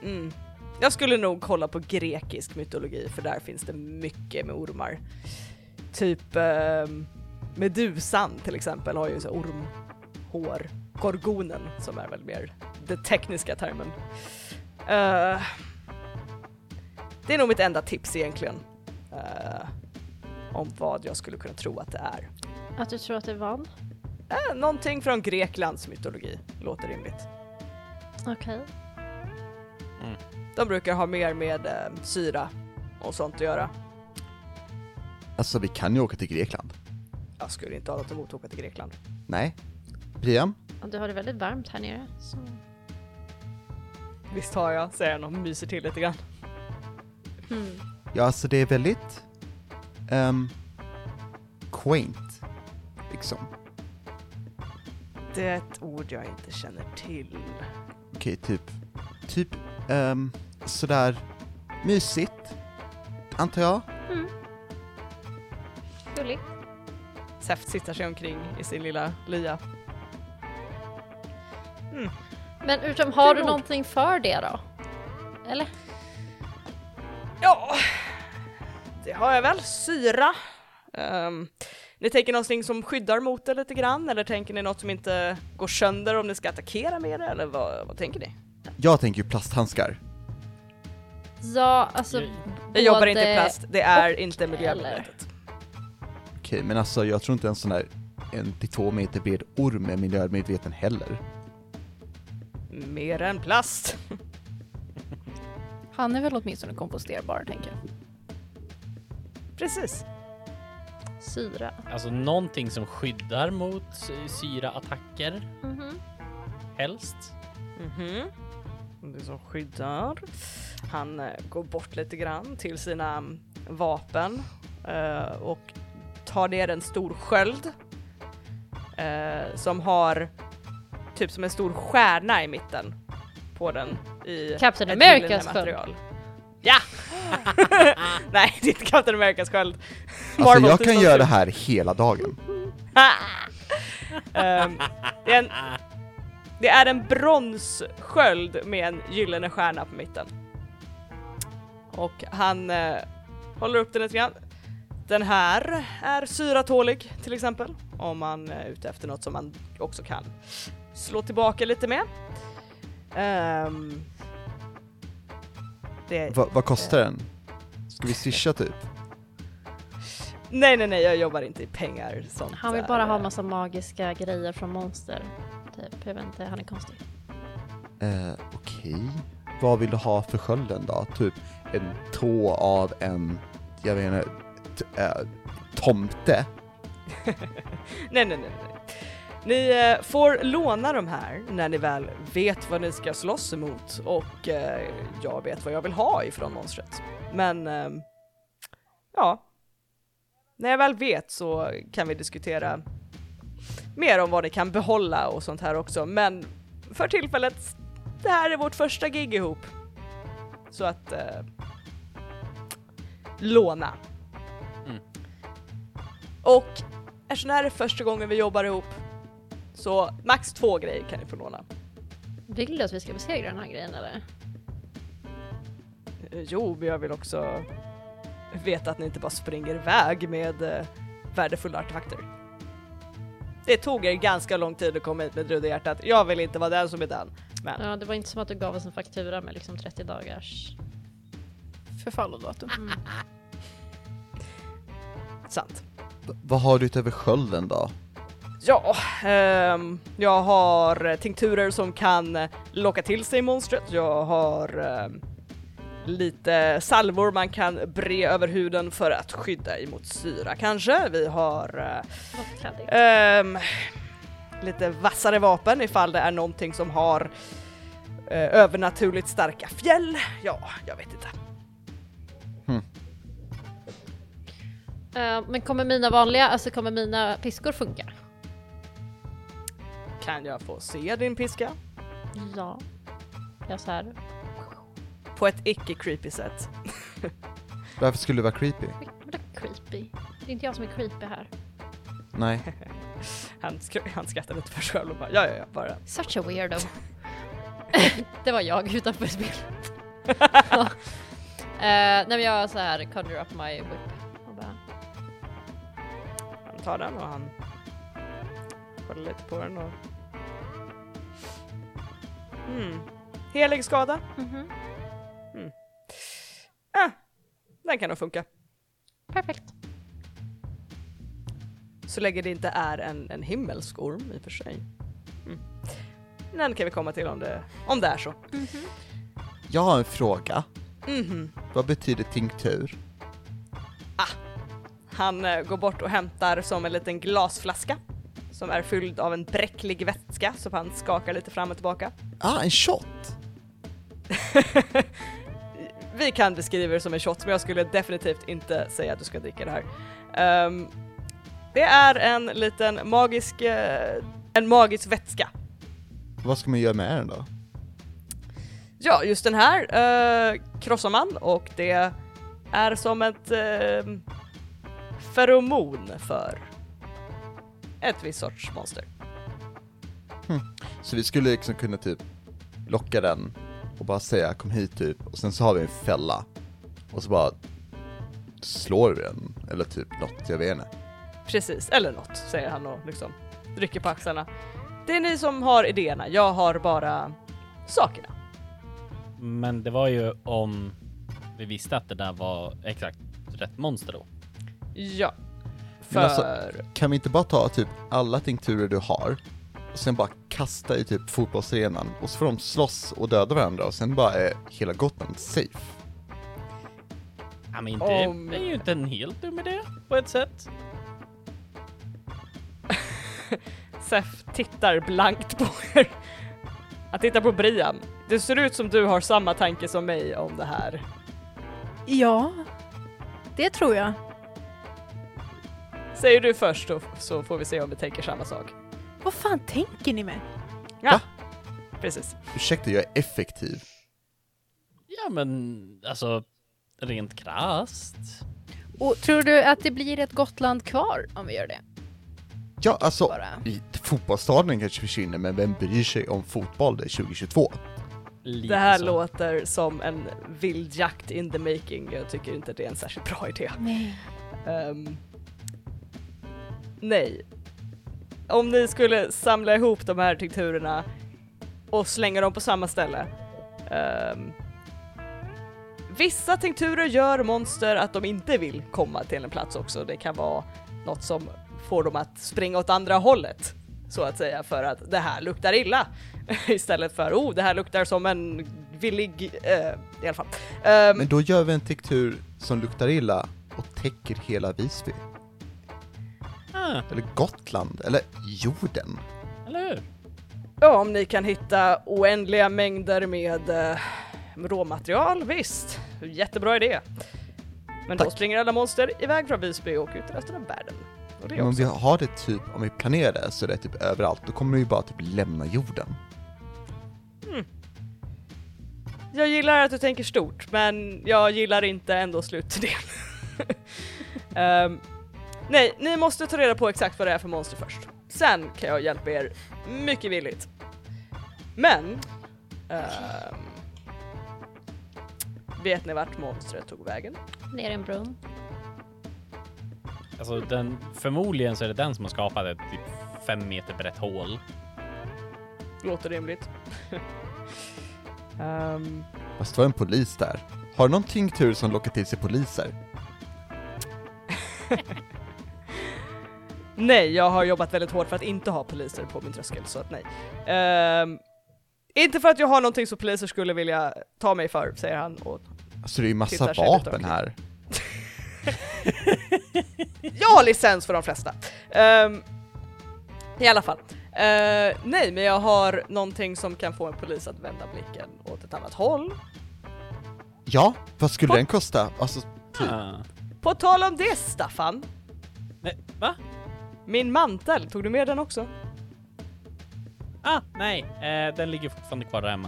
B: Mm. Jag skulle nog kolla på grekisk mytologi, för där finns det mycket med ormar. Typ eh, Medusan till exempel har ju så ormhår. Gorgonen som är väl mer den tekniska termen. Uh, det är nog mitt enda tips egentligen. Uh, om vad jag skulle kunna tro att det är.
E: Att du tror att det är vad?
B: Uh, någonting från Greklands mytologi. Låter rimligt.
E: Okej. Okay.
C: Mm.
B: De brukar ha mer med uh, syra och sånt att göra.
D: Alltså vi kan ju åka till Grekland.
B: Jag skulle inte ha något emot att åka till Grekland.
D: Nej. Priam?
E: Och du har det väldigt varmt här nere. Så.
B: Visst har jag, säger han och myser till lite grann.
E: Mm.
D: Ja, alltså det är väldigt um, quaint, liksom.
B: Det är ett ord jag inte känner till.
D: Okej, typ, typ um, sådär mysigt, antar jag.
E: Mm. Gulligt.
B: Säft sitter sig omkring i sin lilla lya. Mm.
E: Men utom, har du någonting för det då? Eller?
B: Ja, det har jag väl. Syra. Um, ni tänker någonting som skyddar mot det lite grann? Eller tänker ni något som inte går sönder om ni ska attackera med det? Eller vad, vad tänker ni?
D: Jag tänker ju plasthandskar.
E: Ja, alltså...
C: Jag-
B: Jag jobbar inte i plast. Det är inte miljömedvetet.
D: Okej, men alltså jag tror inte en sån där en till två meter bred orm är miljömedveten heller.
B: Mer än plast.
A: Han är väl åtminstone komposterbar, tänker jag.
B: Precis.
E: Syra.
C: Alltså någonting som skyddar mot sy- syraattacker,
E: Mhm.
C: helst.
B: Mhm. Det som skyddar. Han eh, går bort lite grann till sina mm, vapen eh, och tar ner en stor sköld eh, som har typ som en stor stjärna i mitten på den i
E: Captain
B: ett
E: Americas
B: gyllene
E: sköld.
B: material. Ja! Nej, det är inte Captain Americas sköld.
D: Alltså
B: Marvel
D: jag kan
B: tusen
D: göra
B: sju.
D: det här hela dagen.
B: Ehm, det, är en, det är en bronssköld med en gyllene stjärna på mitten. Och han eh, håller upp den lite grann. Den här är syratålig till exempel. Om man är ute efter något som man också kan slå tillbaka lite med. Ehm, det,
D: Va, vad kostar den? Ska vi swisha typ?
B: nej, nej, nej, jag jobbar inte i pengar. Sånt
E: Han vill
B: är,
E: bara ha
B: eh,
E: massa magiska grejer från monster. Typ, jag vet inte, han är konstig.
D: Eh, Okej. Vad vill du ha för skölden då? Typ en tå av en, jag vet inte, t- äh, tomte?
B: nej, nej, nej, nej. Ni eh, får låna de här när ni väl vet vad ni ska slåss emot och eh, jag vet vad jag vill ha ifrån monstret. Men eh, ja, när jag väl vet så kan vi diskutera mer om vad ni kan behålla och sånt här också. Men för tillfället, det här är vårt första gig ihop. Så att eh, låna.
C: Mm.
B: Och eftersom det här är första gången vi jobbar ihop så max två grejer kan ni få låna.
E: Vill du att vi ska besegra den här grejen eller?
B: Eh, Jo, men jag vill också veta att ni inte bara springer iväg med eh, värdefulla artefakter. Det tog er ganska lång tid att komma hit med Drudehjärtat. Jag vill inte vara den som är den. Men
E: Ja, det var inte som att du gav oss en faktura med liksom trettio dagars...
A: Förfallodatum.
E: Mm.
B: sant.
D: V- vad har du utöver skölden då?
B: Ja, ehm, jag har eh, tinkturer som kan eh, locka till sig monstret. Jag har ehm, lite salvor man kan bre över huden för att skydda emot syra kanske. Vi har eh,
E: Vad kladdigt.
B: ehm, lite vassare vapen ifall det är någonting som har eh, övernaturligt starka fjäll. Ja, jag vet inte.
E: Eh, men kommer mina vanliga, alltså kommer mina piskor funka?
B: Kan jag få se din piska?
E: Ja. Jag så här.
B: På ett icke-creepy sätt.
D: Varför skulle det vara creepy?
E: Vadå creepy? Det är inte jag som är creepy här.
D: Nej.
B: Han, skr- han skrattar lite för sig själv och bara ja, ja, ja, bara.
E: Such a weirdo. Det var jag utanför spelet. uh, nej men jag så här conjure up my whip. Och bara...
B: Han tar den och han kollar lite på den och... Mm. Helig skada.
E: Mm-hmm.
B: Mm. Ah, den kan nog funka.
E: Perfekt.
B: Så länge det inte är en, en himmelsk orm i och för sig. Mm. Den kan vi komma till om det, om det är så.
E: Mm-hmm.
D: Jag har en fråga.
B: Mhm.
D: Vad betyder tinktur?
B: Han eh, går bort och hämtar som en liten glasflaska som är fylld av en bräcklig vätska så han skakar lite fram och tillbaka.
D: Ah, en shot!
B: Vi kan beskriva det som en shot, men jag skulle definitivt inte säga att du ska dricka det här. Um, det är en liten magisk, uh, en magisk vätska.
D: Vad ska man göra med den då?
B: Ja, just den här uh, krossar man och det är som ett uh, feromon för ett visst sorts monster.
D: Så vi skulle liksom kunna typ locka den och bara säga kom hit typ, och sen så har vi en fälla och så bara slår vi den eller typ något, jag vet inte.
B: Precis, eller något, säger han och liksom rycker på axlarna. Det är ni som har idéerna, jag har bara sakerna.
C: Men det var ju om vi visste att det där var exakt rätt monster då.
B: Ja. För...
D: Men alltså, kan vi inte bara ta typ alla tinkturer du har och sen bara kasta i typ fotbollsarenan och så får de slåss och döda varandra och sen bara är hela Gotland safe?
C: Ja, men inte,
B: Om-
C: det är ju inte en helt dum idé på ett sätt.
B: Sef tittar blankt på er. Han tittar på Brian. Det ser ut som du har samma tanke som mig om det här.
A: Ja, det tror jag.
B: Säger du först då, så får vi se om vi tänker samma sak.
A: Vad fan tänker ni med?
B: Ja,
D: Va?
B: precis.
D: Ursäkta, jag är effektiv.
C: Ja, men alltså rent krasst.
A: Och tror du att det blir ett Gotland kvar om vi gör det?
D: Ja, alltså,
A: Bara.
D: i fotbollsstaden kanske försvinner, men vem bryr sig om fotboll det är tjugohundratjugotvå?
C: Lite
B: Det här
C: så.
B: låter som en vildjakt in the making. Jag tycker inte det är en särskilt bra idé.
A: Nej.
B: Um, nej. Om ni skulle samla ihop de här tinkturerna och slänga dem på samma ställe. Um, vissa tinkturer gör monster att de inte vill komma till en plats också. Det kan vara något som får dem att springa åt andra hållet, så att säga, för att det här luktar illa. Istället för, oh, det här luktar som en villig, uh, i alla fall. Um,
D: Men då gör vi en tinktur som luktar illa och täcker hela Visby.
C: Ah,
D: Eller Gotland, eller jorden.
C: eller hur?
B: Ja, om ni kan hitta oändliga mängder med eh, råmaterial, visst. Jättebra idé. Men då
D: Tack.
B: springer alla monster iväg från Visby och åker ut i resten av världen. Och det
D: Men om
B: också.
D: vi har det typ, om vi planerar det så är det typ överallt, då kommer vi ju bara typ lämna jorden.
B: Jag gillar att du tänker stort, men jag gillar inte ändå slutdelen. um, nej, ni måste ta reda på exakt vad det är för monster först. Sen kan jag hjälpa er mycket villigt. Men... ehm, vet ni vart monstret tog vägen?
E: Ner i en brunn.
C: Alltså den, förmodligen så är det den som har skapat ett typ fem meter brett hål.
B: Låter rimligt. um,
D: Fast det var en polis där. Har du någon tinktur som lockar till sig poliser?
B: nej, jag har jobbat väldigt hårt för att inte ha poliser på min tröskel, så att nej. Um, inte för att jag har någonting som poliser skulle vilja ta mig för, säger han. Och
D: Alltså det är ju massa
B: Tittar sig
D: vapen
B: lite
D: här.
B: jag har licens för de flesta. Um, I alla fall. Uh, nej, men jag har någonting som kan få en polis att vända blicken åt ett annat håll.
D: Ja, vad skulle
B: På-
D: den kosta? Alltså, typ.
C: Ah.
B: På tal om det, Staffan.
C: Nej, va?
B: Min mantel, tog du med den också?
C: Ah, nej. Eh, den ligger fortfarande kvar där hemma.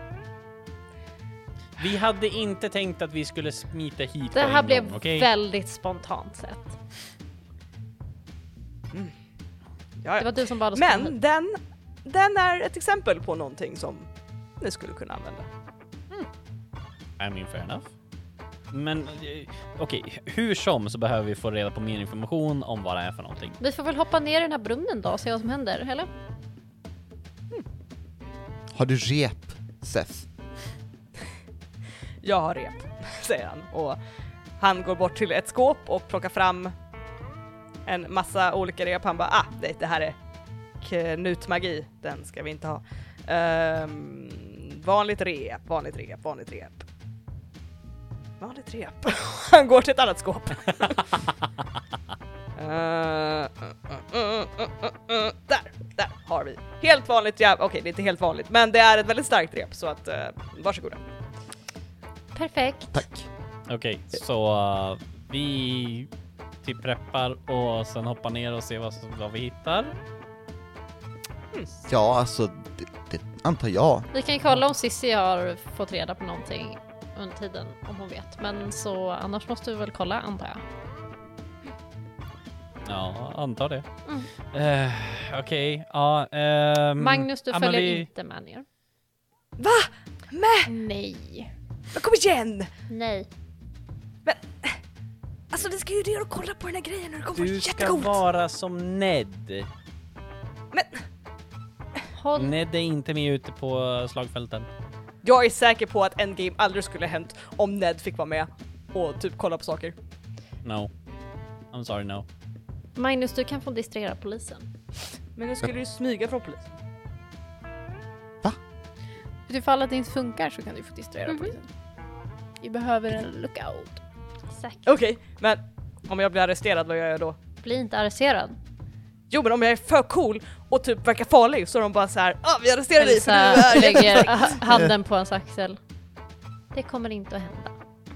C: Vi hade inte tänkt att vi skulle smita hit
E: Det
C: på
E: här
C: en
E: blev
C: gång, okej?
E: väldigt spontant sett.
B: Ja,
E: Det var du som bad oss komma
B: men
E: hit.
B: den, den är ett exempel på någonting som ni skulle kunna använda.
C: I mean, fair enough. Men eh, okej, okay, hur som så behöver vi få reda på mer information om vad det är för någonting.
E: Vi får väl hoppa ner i den här brunnen då och se vad som händer, eller?
D: Mm. Har du rep, Seth?
B: Jag har rep, säger han. Och han går bort till ett skåp och plockar fram en massa olika rep. Han bara, ah, det, det här är knutmagi. Den ska vi inte ha. Um, vanligt rep, vanligt rep, vanligt rep. Vanligt rep. Han går till ett annat skåp. uh, uh, uh, uh, uh, uh, där, där har vi. Helt vanligt rep. Okej, okay, det är inte helt vanligt. Men det är ett väldigt starkt rep. Så att, uh, varsågoda.
E: Perfekt.
D: Tack.
C: Okej, okay, så uh, vi typ preppar och sen hoppar ner och ser vad, vad vi hittar.
D: Mm. Ja, alltså det, det antar jag.
E: Vi kan kolla om Sissi har fått reda på någonting under tiden, om hon vet. Men så annars måste vi väl kolla, antar jag.
C: Ja, antar det.
E: Mm.
C: Uh, Okej, okay, ja. Um,
E: Magnus, du följer
C: vi...
E: inte med ner.
B: Va? Med?
A: Nej.
B: Men kom igen!
E: Nej.
B: Men, alltså vi ska ju ner och kolla på den här grejen och det kommer vara
C: Du ska
B: jättegott.
C: vara som Ned.
B: Men
E: Håll.
C: Ned är inte med ute på slagfälten.
B: jag är säker på att Endgame aldrig skulle hänt om Ned fick vara med och typ kolla på saker.
C: No. I'm sorry, no.
E: Magnus, du kan få distrahera polisen.
B: Men nu skulle ju smyga från polisen.
A: Utifall att det inte funkar så kan du få distrahera
E: Mhm.
A: polisen. Vi behöver en lookout.
E: Exakt.
B: Okej, okay, men om jag blir arresterad, vad gör jag då?
E: Bli inte arresterad.
B: Jo, men om jag är för cool och typ verkar farlig så är de bara så här, ah, vi arresterar dig för du
E: Elsa
B: är
E: lägger
B: jättefräck."
E: ha- handen på hans axel. Det kommer inte att hända.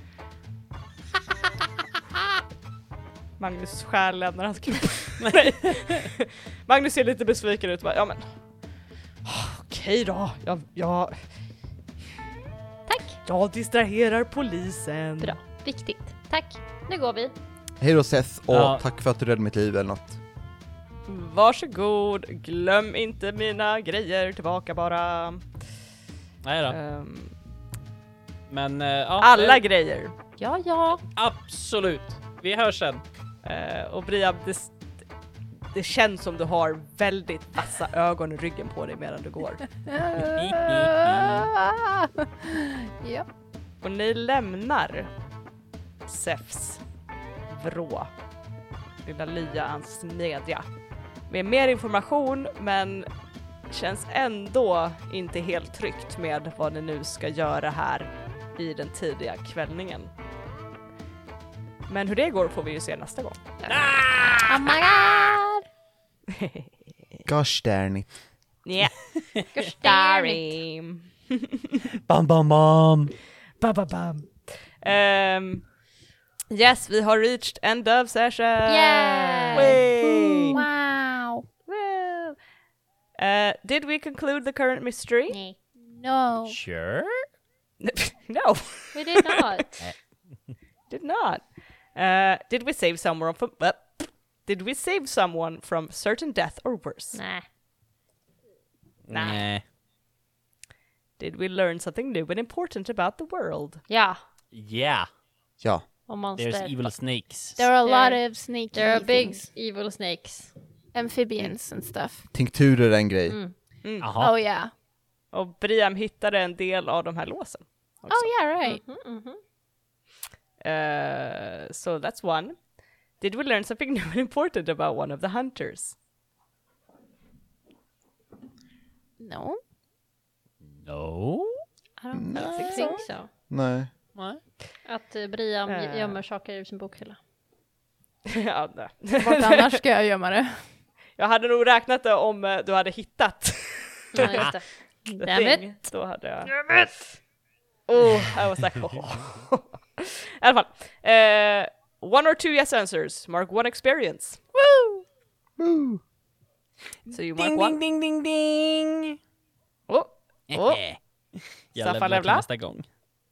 B: Magnus själ lämnar hans kropp. Nej. Magnus ser lite besviken ut. Bara, ja men, oh, okej då. Jag, jag,
E: Tack.
B: jag distraherar polisen.
E: Bra. Viktigt. Tack. Nu går vi.
D: Hej då Seth, och
C: Ja.
D: tack för att du räddade mitt liv eller något.
B: Varsågod. Glöm inte mina grejer tillbaka bara.
C: Nej då.
B: Um,
C: Men uh, ja,
B: alla
C: eh,
B: grejer.
E: Ja, ja.
C: absolut. Vi hörs sen.
B: Uh, och Brian, det, det känns som du har väldigt vassa ögon i ryggen på dig medan du går.
A: Ja.
B: Och ni lämnar Sefs vrå, lilla lya, hans smedja, med mer information, men känns ändå inte helt tryggt med vad ni nu ska göra här i den tidiga kvällningen. Men hur det går får vi ju se nästa gång.
E: Oh my god!
D: Gosh darn it.
B: Yeah.
E: Gosh darn it.
B: Sorry.
C: Bam, bam, bam.
B: Bam, bam, bam. Um, yes, vi har reached end of session.
E: Yay!
B: Way.
A: Wow.
B: Well. Uh, did we conclude the current mystery?
E: Nej.
A: No.
C: Sure.
B: No,
E: We did not.
B: did not. Uh, did we save someone from? Uh, did we save someone from certain death or worse?
E: Nej.
C: Nej.
B: Did we learn something new and important about the world?
E: Ja.
C: Yeah.
D: Ja.
E: Och monster.
C: There's evil snakes.
A: There are a lot
E: There-
A: of sneaky
E: There are big
A: things.
E: evil snakes.
A: Amphibians and stuff.
D: Tinkturer är en grej.
E: Mm.
B: Mm.
C: Jaha.
A: Oh yeah.
B: Och Briam hittade en del av de här låsen också.
A: Oh yeah, right.
E: Mhm, mhm.
B: Uh, so that's one. Did we learn something new and important about one of the hunters?
A: No.
C: No.
E: I don't
D: Nej.
E: think so.
D: Nej.
C: Nej.
E: Att uh, Brian
B: Eh.
E: gömmer saker i sin bokhylla.
B: Ja, nej.
A: Vart annars ska jag gömma det?
B: Jag hade nog räknat det om eh, du hade hittat
E: Ja, just det.
B: the
E: Damn
B: thing.
E: it.
B: Då hade jag... Damn it! Oh, I was like... Oh. I alla fall. Eh, one or two yes answers. Mark one experience.
A: Woo!
D: Woo.
B: So you mark
C: Ding,
B: one.
C: ding, ding, ding, ding.
B: Oh. Oh.
C: Jag
B: Staffan
C: levlar till
B: levla.
C: nästa gång.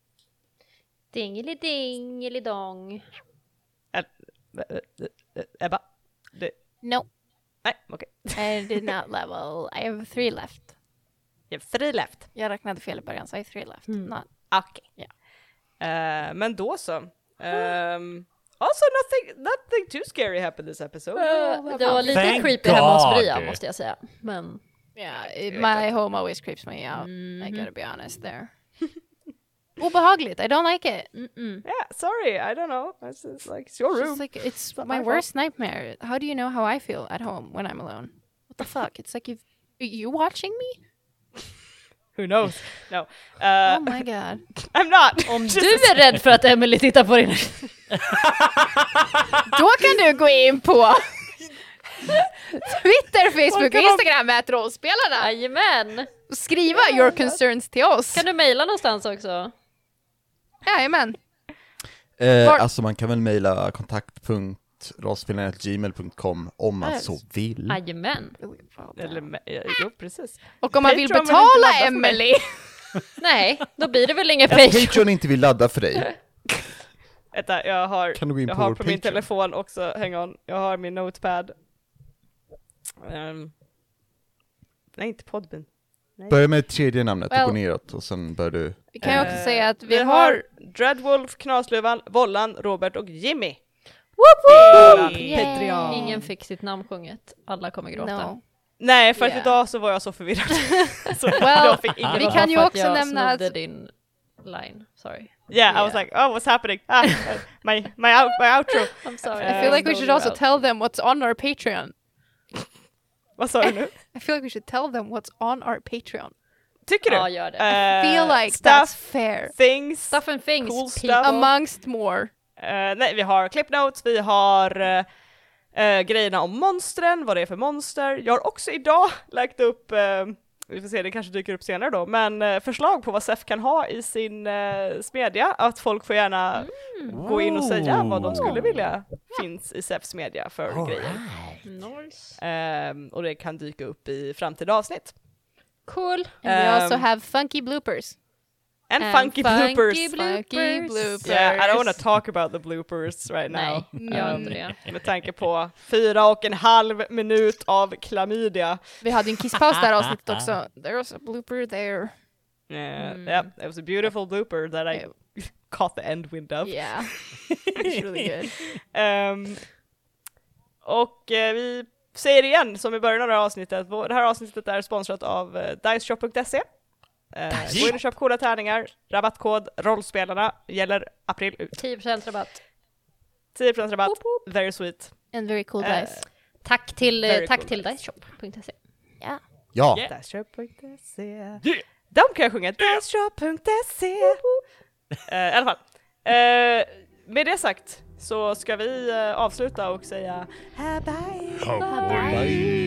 E: Dingelidingelidong.
B: Eh, eh, eh, Ebba? Det...
A: No.
B: Nej, okej.
A: I did not level. I have three left.
B: Okay. Three left.
A: Jag räknade fel i början, så I have three left.
E: Mm.
A: Not.
B: Okej.
A: Ja.
B: Uh, men då så. Um, also nothing, nothing too scary happened this episode.
E: Uh, det var lite
C: Thank
E: creepy hemma hos
C: God.
E: Bria, måste jag säga. Men
A: Yeah, it, my home always creeps me out.
E: Mhm.
A: I gotta be honest there. Obehagligt. I don't like it.
E: mm-mm.
B: Yeah, sorry, I don't know. It's, it's like it's your
A: It's
B: room.
A: just like it's
B: not
A: my
B: my
A: worst nightmare. How do you know how I feel at home when I'm alone? What the fuck? It's like you've are you watching me?
B: Who knows? No. Uh,
A: Oh my god.
B: I'm not.
E: Om du är rädd för att Emily tittar på din...
A: Då kan du gå in på Twitter, Facebook och
B: Orkar de-
A: Instagram med rollspelarna.
E: Jajamän!
A: Och skriva your concerns till oss.
E: Kan du mejla någonstans också?
A: Jajamän.
D: Eh,
A: Var-
D: alltså man kan väl mejla kontakt punkt rollspelaren snabel-a gmail punkt com om man
A: Yes.
D: så vill.
E: Jajamän.
B: Eller, me- ja, jo, precis.
A: Och om man vill
B: Patreon vill
A: betala
B: inte ladda för mig.
A: Emily.
E: Nej, då blir det väl ingen
D: Att
E: Patreon.
D: Patreon inte vill ladda för dig.
B: Vänta, jag har,
D: Kan du gå in
B: jag
D: på
B: har
D: vår
B: på min
D: Patreon?
B: telefon också, hang on, jag har min notepad. Um, nej, inte Podbean. Nej.
D: Börja med tredje namnet
A: Well-
D: och gå neråt och sen bör du...
A: Vi kan ju också
B: Eh,
A: säga att vi,
B: vi
A: har...
B: har Dreadwolf, Knaslövan, Vollan, Robert och Jimmy.
A: Woop
B: Patreon.
E: Ingen fick sitt namn sjunget. Alla kommer gråta.
A: No.
B: Nej, för att
A: Yeah.
B: idag så var jag så förvirrad. så
A: Well,
B: jag fick ingen
A: vi
E: Det var
A: kan ju
E: för att
A: också
E: jag
A: nämna att-
E: snodde din line. Sorry.
B: Yeah, I was
A: Yeah.
B: like, oh, what's happening? Ah, uh, my, my, out, my outro.
E: I'm sorry.
A: I feel like we
E: Snodde
A: should also
E: allt.
A: tell them what's on our Patreon.
B: Vad sa du nu?
A: I feel like we should tell them what's on our Patreon.
B: Tycker du?
E: Ja, gör det.
B: Eh,
A: Feel like
B: stuff,
A: that's fair.
B: things.
E: Stuff and things.
B: Cool
E: people.
B: stuff.
A: Amongst more.
B: Eh, nej, vi har clip notes, vi har uh, uh, grejerna om monstren, vad det är för monster. Jag har också idag lagt upp, uh, vi får se, det kanske dyker upp senare då, men uh, förslag på vad Sef kan ha i sin uh, smedja. Att folk får gärna gå in och säga vad de skulle vilja finns i Sefs smedja för grejer.
E: Nice.
B: Um, och det kan dyka upp i framtida avsnitt.
E: Cool.
A: And we also
B: Um,
A: have funky bloopers.
B: And,
E: And
B: funky, bloopers.
A: Funky bloopers.
B: Yeah, I don't want to talk about the bloopers right now.
E: Nej, gör
B: Um,
E: inte det.
B: Med tanke på fyra och en halv minut av klamydia.
A: Vi hade en kisspaus där avsnittet också. There was a blooper there.
B: Yeah,
E: Mm.
B: yeah, it was a beautiful blooper that I caught the end wind of.
A: Yeah. It's really good.
B: Um, och eh, vi säger igen, som i början av det här avsnittet, vår- det här avsnittet är sponsrat av eh, diceshop punkt se. Uh, gå in och köp coola tärningar, rabattkod rollspelarna, gäller april ut.
E: tio procent rabatt.
B: tio procent rabatt, very sweet.
A: And very cool
B: Eh,
A: dice.
E: Tack till, eh,
B: Very
E: tack
B: cool
E: till
B: dice.
E: diceshop punkt se.
D: Ja,
B: diceshop punkt se. De kan jag sjunga, diceshop punkt se. Uh, I alla fall. Uh, med det sagt så ska vi uh, avsluta och säga bye bye.
D: bye.